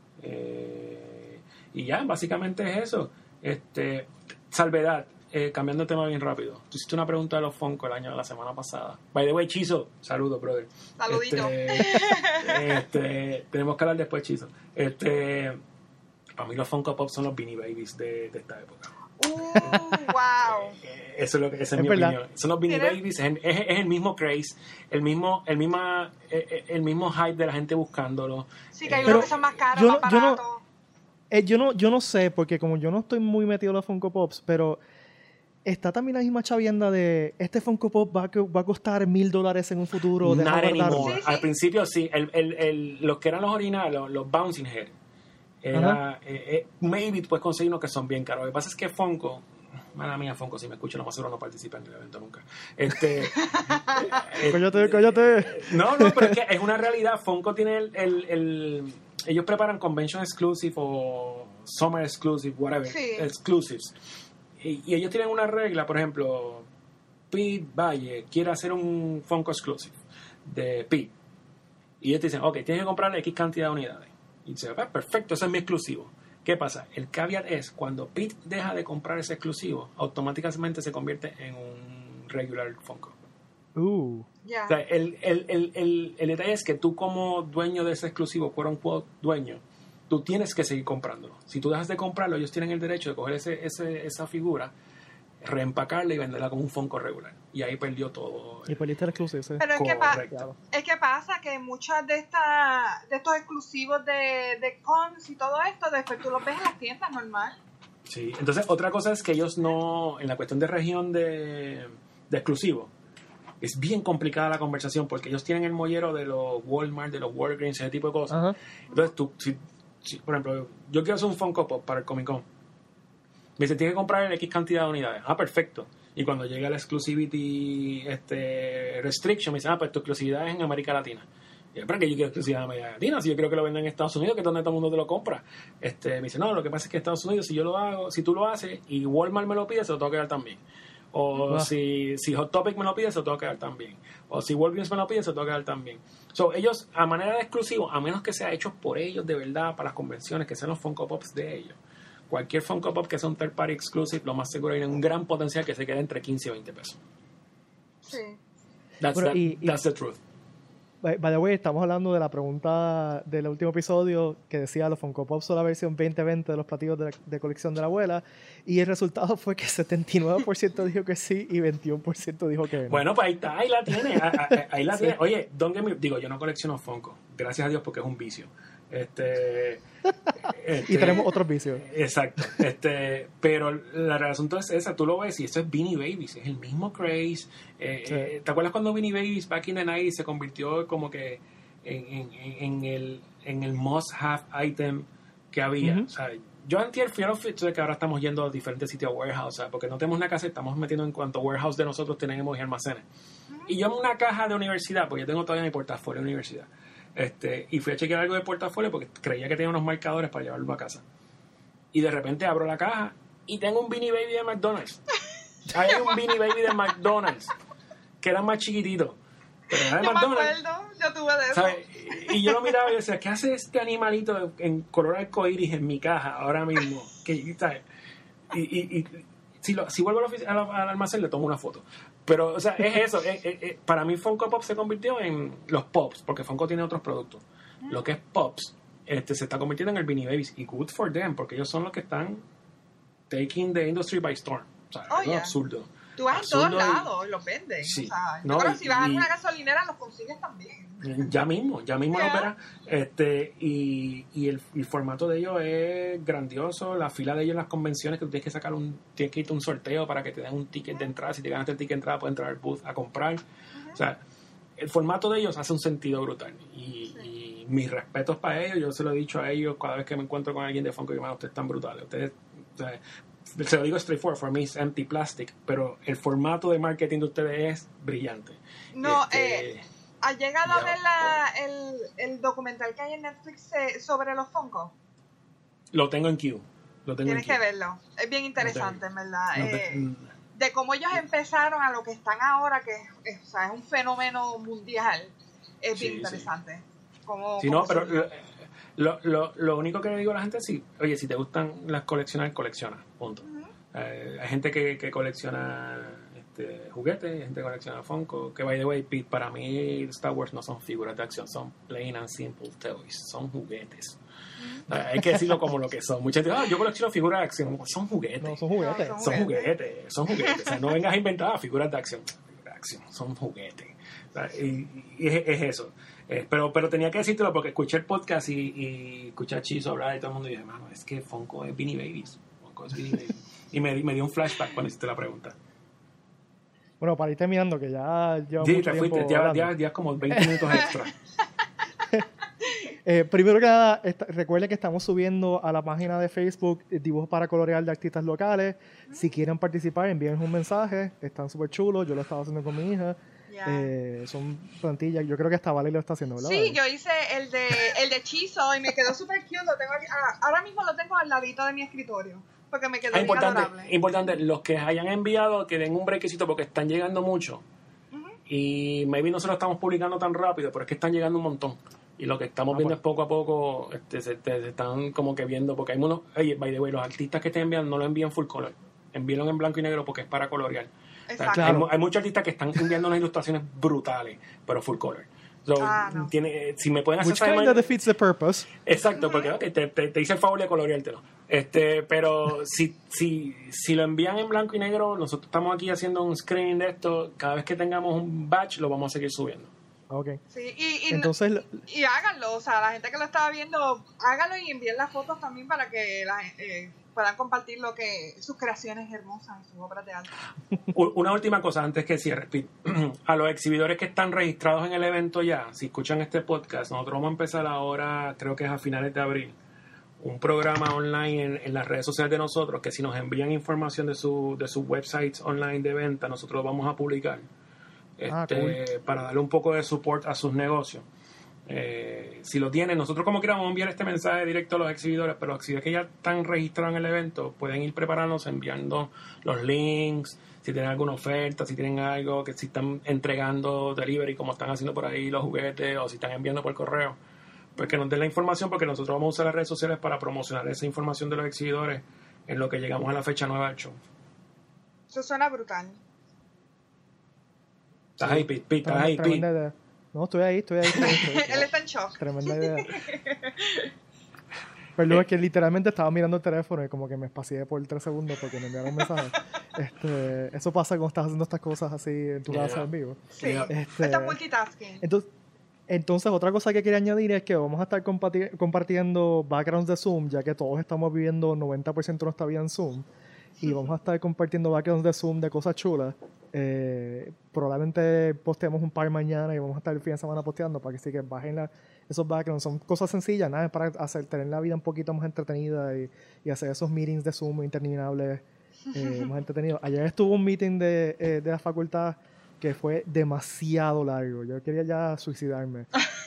Y ya, básicamente es eso. Salvedad, cambiando de tema bien rápido. Tú hiciste una pregunta de los Funko la semana pasada. By the way, Chizo, saludos, brother. Saludito. Tenemos que hablar después, Chizo. Para mí los Funko Pop son los Beanie Babies de esta época. Wow. Eso es lo que esa es mi verdad. opinión. Son los Beanie Babies, es el mismo craze, el mismo hype de la gente buscándolo. Sí, que hay unos que son más caros, más baratos. Yo no sé, porque como yo no estoy muy metido en los Funko Pops, pero está también la misma chavienda de este Funko Pop va a costar $1,000 en un futuro. Not anymore. Sí. Al principio sí, los que eran los originales, los Bouncing Head, maybe puedes conseguir unos que son bien caros. Lo que pasa es que Funko, mala mía Funko, si me escucha lo más seguro no participa en el evento nunca. Cállate. No, pero es que es una realidad. Funko tiene ellos preparan Convention Exclusive o Summer Exclusive, whatever, Sí. Exclusives. Y ellos tienen una regla, por ejemplo, Pete Valle quiere hacer un Funko Exclusive de Pete. Y ellos te dicen, ok, tienes que comprarle X cantidad de unidades. Y dice, perfecto, ese es mi exclusivo. ¿Qué pasa? El caveat es, cuando Pete deja de comprar ese exclusivo, automáticamente se convierte en un regular Funko. Ya. O sea, el detalle es que tú como dueño de ese exclusivo, quote unquote dueño, tú tienes que seguir comprándolo. Si tú dejas de comprarlo, ellos tienen el derecho de coger esa figura, reempacarla y venderla como un Funko regular. Y ahí perdió todo. Y perdiste el exclusivo, sí. Pero Correcto. es que pasa que muchos de estos exclusivos de cons y todo esto, después tú los ves en las tiendas normal. Sí, entonces otra cosa es que ellos no, en la cuestión de región de exclusivo, es bien complicada la conversación porque ellos tienen el mollero de los Walmart, de los Walgreens, ese tipo de cosas. Ajá. Entonces tú, si, por ejemplo, yo quiero hacer un Funko Pop para el Comic Con, me dice, tienes que comprar en X cantidad de unidades. Perfecto. Y cuando llega la exclusivity restriction, me dice, pues tu exclusividad es en América Latina. Y yo, ¿para qué yo quiero exclusividad en América Latina? Si yo quiero que lo vendan en Estados Unidos, que es donde todo el mundo te lo compra. Me dice, no, lo que pasa es que en Estados Unidos, si yo lo hago, si tú lo haces y Walmart me lo pide, se lo tengo que dar también. O si Hot Topic me lo pide, se lo tengo que dar también. O si Walgreens me lo pide, se lo tengo que dar también. Ellos, a manera de exclusivo, a menos que sea hecho por ellos de verdad, para las convenciones, que sean los Funko Pops de ellos, cualquier Funko Pop que sea un third party exclusive, lo más seguro hay un gran potencial que se quede entre 15 y 20 pesos. Sí. That's the truth. By the way, estamos hablando de la pregunta del último episodio que decía los Funko Pop son la versión 2020 de los platillos de colección de la abuela, y el resultado fue que 79% dijo que sí y 21% dijo que no. Bueno, pues ahí está, ahí la tiene. Ahí la tiene. Oye, yo no colecciono Funko, gracias a Dios, porque es un vicio. Y tenemos otros vicios. Exacto. Pero la razón es esa, tú lo ves y esto es Beanie Babies, es el mismo craze. ¿Te acuerdas cuando Beanie Babies back in the 90s se convirtió como que en el must have item que había? Uh-huh. O sea, yo antier fui a los de que ahora estamos yendo a diferentes sitios warehouse, ¿sabes? Porque no tenemos una casa, estamos metiendo en cuanto warehouse de nosotros tenemos y almacenes. Y yo en una caja de universidad, porque yo tengo todavía mi portafolio de universidad. Y fui a chequear algo de portafolio porque creía que tenía unos marcadores para llevarlo a casa. Y de repente abro la caja y tengo un Beanie Baby de McDonald's. Hay un Beanie Baby de McDonald's que era más chiquitito. Pero era de Yo McDonald's. me acuerdo, yo tuve de eso. ¿Sabes? Y yo lo miraba y decía, ¿qué hace este animalito en color arcoíris en mi caja ahora mismo? ¿Sabes? Y si vuelvo al almacén le tomo una foto. Pero, o sea, es eso. Para mí Funko Pop se convirtió en los Pops, porque Funko tiene otros productos. Lo que es Pops se está convirtiendo en el Beanie Babies. Y good for them, porque ellos son los que están taking the industry by storm. O sea, es algo absurdo. Tú vas en todos lados y los venden. Sí. O sea, No, yo creo que si vas a una gasolinera los consigues también. Ya mismo lo verás. Y el formato de ellos es grandioso. La fila de ellos en las convenciones, que tú tienes que sacar tienes que irte a un sorteo para que te den un ticket de entrada. Si te ganaste el ticket de entrada, puedes entrar al booth a comprar. O sea, el formato de ellos hace un sentido brutal. Y mis respetos para ellos. Yo se lo he dicho a ellos cada vez que me encuentro con alguien de Funko. Yo, ustedes están brutales. Ustedes, o sea, se lo digo straightforward, for me es empty plastic, pero el formato de marketing de ustedes es brillante. No, ¿has llegado a ver el documental que hay en Netflix sobre los Funko? Lo tengo en queue. Tienes que verlo. Es bien interesante, en verdad. De cómo ellos empezaron a lo que están ahora, que es un fenómeno mundial. Es bien interesante. Sí, no, pero lo único que le digo a la gente es oye, si te gustan las coleccionar, colecciona, punto. Hay gente que colecciona juguetes, hay gente que colecciona Funko, que by the way, Pete, para mí Star Wars no son figuras de acción, son plain and simple toys, son juguetes. Hay que decirlo como lo que son. Muchas veces, yo colecciono figuras de acción, son juguetes. No, son juguetes. Son juguetes. O sea, no vengas a inventar figuras de acción. Son juguetes. Y es eso. Pero tenía que decírtelo porque escuché el podcast y escuché a Chizo hablar y todo el mundo dice, mano, es que Funko es Beanie Babies. Funko es Beanie Babies. Y me dio un flashback cuando hiciste la pregunta. Bueno, para ir terminando, que ya lleva sí, mucho te tiempo fuiste, ya como 20 minutos extra. Primero que nada, recuerden que estamos subiendo a la página de Facebook dibujos para colorear de artistas locales. Si quieren participar, envíen un mensaje. Están súper chulos. Yo lo estaba haciendo con mi hija. Son plantillas. Yo creo que hasta Vale lo está haciendo, ¿verdad? Sí, yo hice el de Chizo y me quedó súper cute. Lo tengo aquí. Ahora mismo lo tengo al ladito de mi escritorio porque me quedó bien adorable. Importante, los que hayan enviado que den un brequecito porque están llegando mucho. Y maybe no se lo estamos publicando tan rápido, pero es que están llegando un montón. Y lo que estamos viendo es poco a poco se están como que viendo, porque hay unos, by the way, los artistas que te envían no lo envían full color, envíenlo en blanco y negro porque es para colorear. O sea, hay muchos artistas que están enviando unas ilustraciones brutales, pero full color. So, no. Si me pueden hacer Which kind of defeats the purpose. Exacto, porque te hice el favor de coloreártelo. Pero si lo envían en blanco y negro, nosotros estamos aquí haciendo un screening de esto. Cada vez que tengamos un batch, lo vamos a seguir subiendo. Okay. Sí, entonces, y háganlo, o sea, la gente que lo estaba viendo, háganlo y envíen las fotos también para que puedan compartir sus creaciones hermosas, sus obras de arte. Una última cosa antes que cierre, Pete. A los exhibidores que están registrados en el evento ya, si escuchan este podcast, nosotros vamos a empezar ahora, creo que es a finales de abril, un programa online en las redes sociales de nosotros, que si nos envían información de sus websites online de venta, nosotros lo vamos a publicar. Cool. Para darle un poco de support a sus negocios. Si lo tienen, nosotros como queramos enviar este mensaje directo a los exhibidores, pero los exhibidores que ya están registrados en el evento pueden ir preparándose enviando los links, si tienen alguna oferta, si tienen algo, que si están entregando delivery como están haciendo por ahí los juguetes, o si están enviando por correo, pues que nos den la información, porque nosotros vamos a usar las redes sociales para promocionar esa información de los exhibidores en lo que llegamos a la fecha nueva del show. Eso suena brutal. ¿Estás ahí, Pete? ¿Estás ahí, Pete? No, estoy ahí. Él está en shock. Tremenda idea. Perdón, es que literalmente estaba mirando el teléfono y como que me espacié por 3 segundos porque me enviaron un mensaje. Eso pasa cuando estás haciendo estas cosas así en tu casa en vivo. Sí, está multitasking. Entonces, otra cosa que quería añadir es que vamos a estar compartiendo backgrounds de Zoom, ya que todos estamos viviendo 90% de nuestra vida en Zoom. Y vamos a estar compartiendo backgrounds de Zoom de cosas chulas. Probablemente posteemos un par mañana y vamos a estar el fin de semana posteando para que sí que bajen esos backgrounds. Son cosas sencillas, nada, para tener la vida un poquito más entretenida y hacer esos meetings de Zoom interminables más entretenidos. Ayer estuvo un meeting de la facultad que fue demasiado largo. Yo quería ya suicidarme.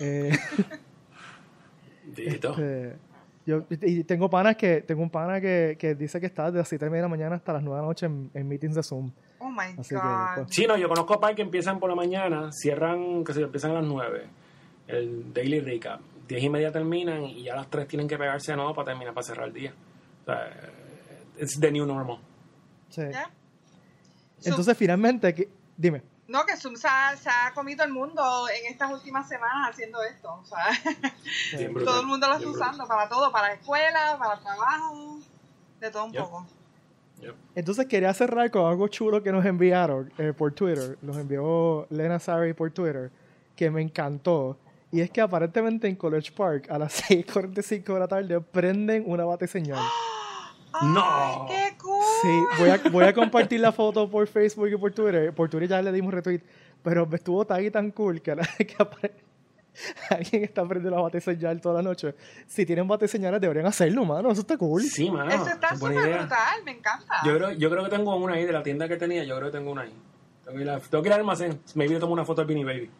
Y tengo un pana que dice que está de las 7:30 de la mañana hasta las 9 de la noche en meetings de Zoom. Oh my Así God. Que, pues. Sí, no, yo conozco a par que empiezan por la mañana, cierran, que se empiezan a las 9. El daily recap. 10:30 terminan y ya a las 3 tienen que pegarse de nuevo para terminar, para cerrar el día. O sea, it's the new normal. Sí. ¿Yeah? Entonces, finalmente, dime. No, que Zoom se ha comido el mundo en estas últimas semanas haciendo esto. O sea, todo el mundo lo está usando para todo, para la escuela, para el trabajo, de todo un poco. Yep. Entonces quería cerrar con algo chulo que nos enviaron por Twitter. Los envió Lena Sari por Twitter, que me encantó. Y es que aparentemente en College Park a las 6:45 de la tarde prenden una bateseñal. ¡No! ¡Qué cool! Sí, voy a compartir la foto por Facebook y por Twitter. Por Twitter ya le dimos retweet. Pero me estuvo tan cool que alguien está prendiendo la bateseñal toda la noche. Si tienen bateseñales deberían hacerlo, mano. Eso está cool. Sí, mano. Eso está buena súper idea. brutal, me encanta. Yo creo que tengo una ahí de la tienda que tenía. Yo creo que tengo una ahí. Tengo que ir al almacén. Maybe le tomo una foto al Beanie Baby.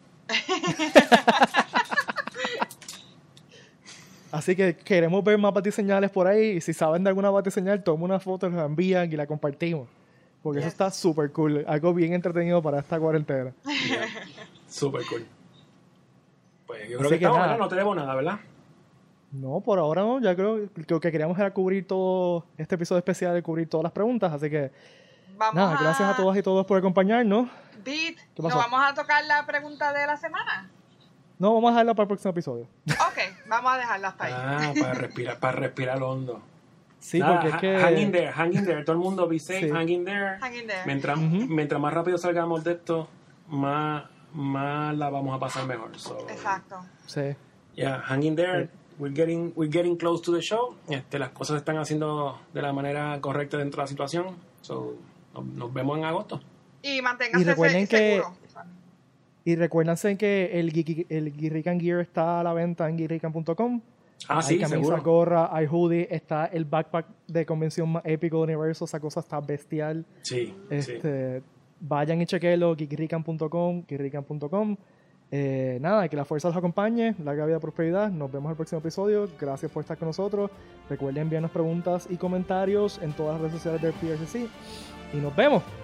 Así que queremos ver más batiseñales por ahí. Y si saben de alguna batiseñal, tomen una foto, nos la envían y la compartimos. Porque eso está súper cool. Algo bien entretenido para esta cuarentena. Yeah. Súper cool. Pues yo creo Así que que estamos, nada. ¿verdad? No te debo nada, ¿verdad? No, por ahora no. Ya creo que lo que queríamos era cubrir todo este episodio especial, de cubrir todas las preguntas. Así que nada, gracias a todas y todos por acompañarnos. Beat, ¿Qué ¿nos pasó? vamos a tocar la pregunta de la semana? No, vamos a dejarla para el próximo episodio. Ok, vamos a dejarla hasta ahí. Ah, para respirar hondo. Sí, Nada, porque es que... hang in there. Todo el mundo be safe, Sí. hang in there. Hang in there. Mientras más rápido salgamos de esto, más la vamos a pasar mejor. So, Exacto. Sí. yeah, hang in there. Sí. We're getting close to the show. Las cosas se están haciendo de la manera correcta dentro de la situación. So, nos vemos en agosto. Y manténgase Y recuerden que- seguro. Y recuérdense que el Geekrican Gear está a la venta en geekrican.com. Ah, Hay sí, camisa, seguro. gorra, hay hoodie, está el backpack de convención más épico del universo. Esa cosa está bestial. Sí, sí. Vayan y chequenlo, geekrican.com. Nada, que la fuerza los acompañe, larga vida, prosperidad. Nos vemos en el próximo episodio. Gracias por estar con nosotros. Recuerden enviarnos preguntas y comentarios en todas las redes sociales del PRCC. Y nos vemos.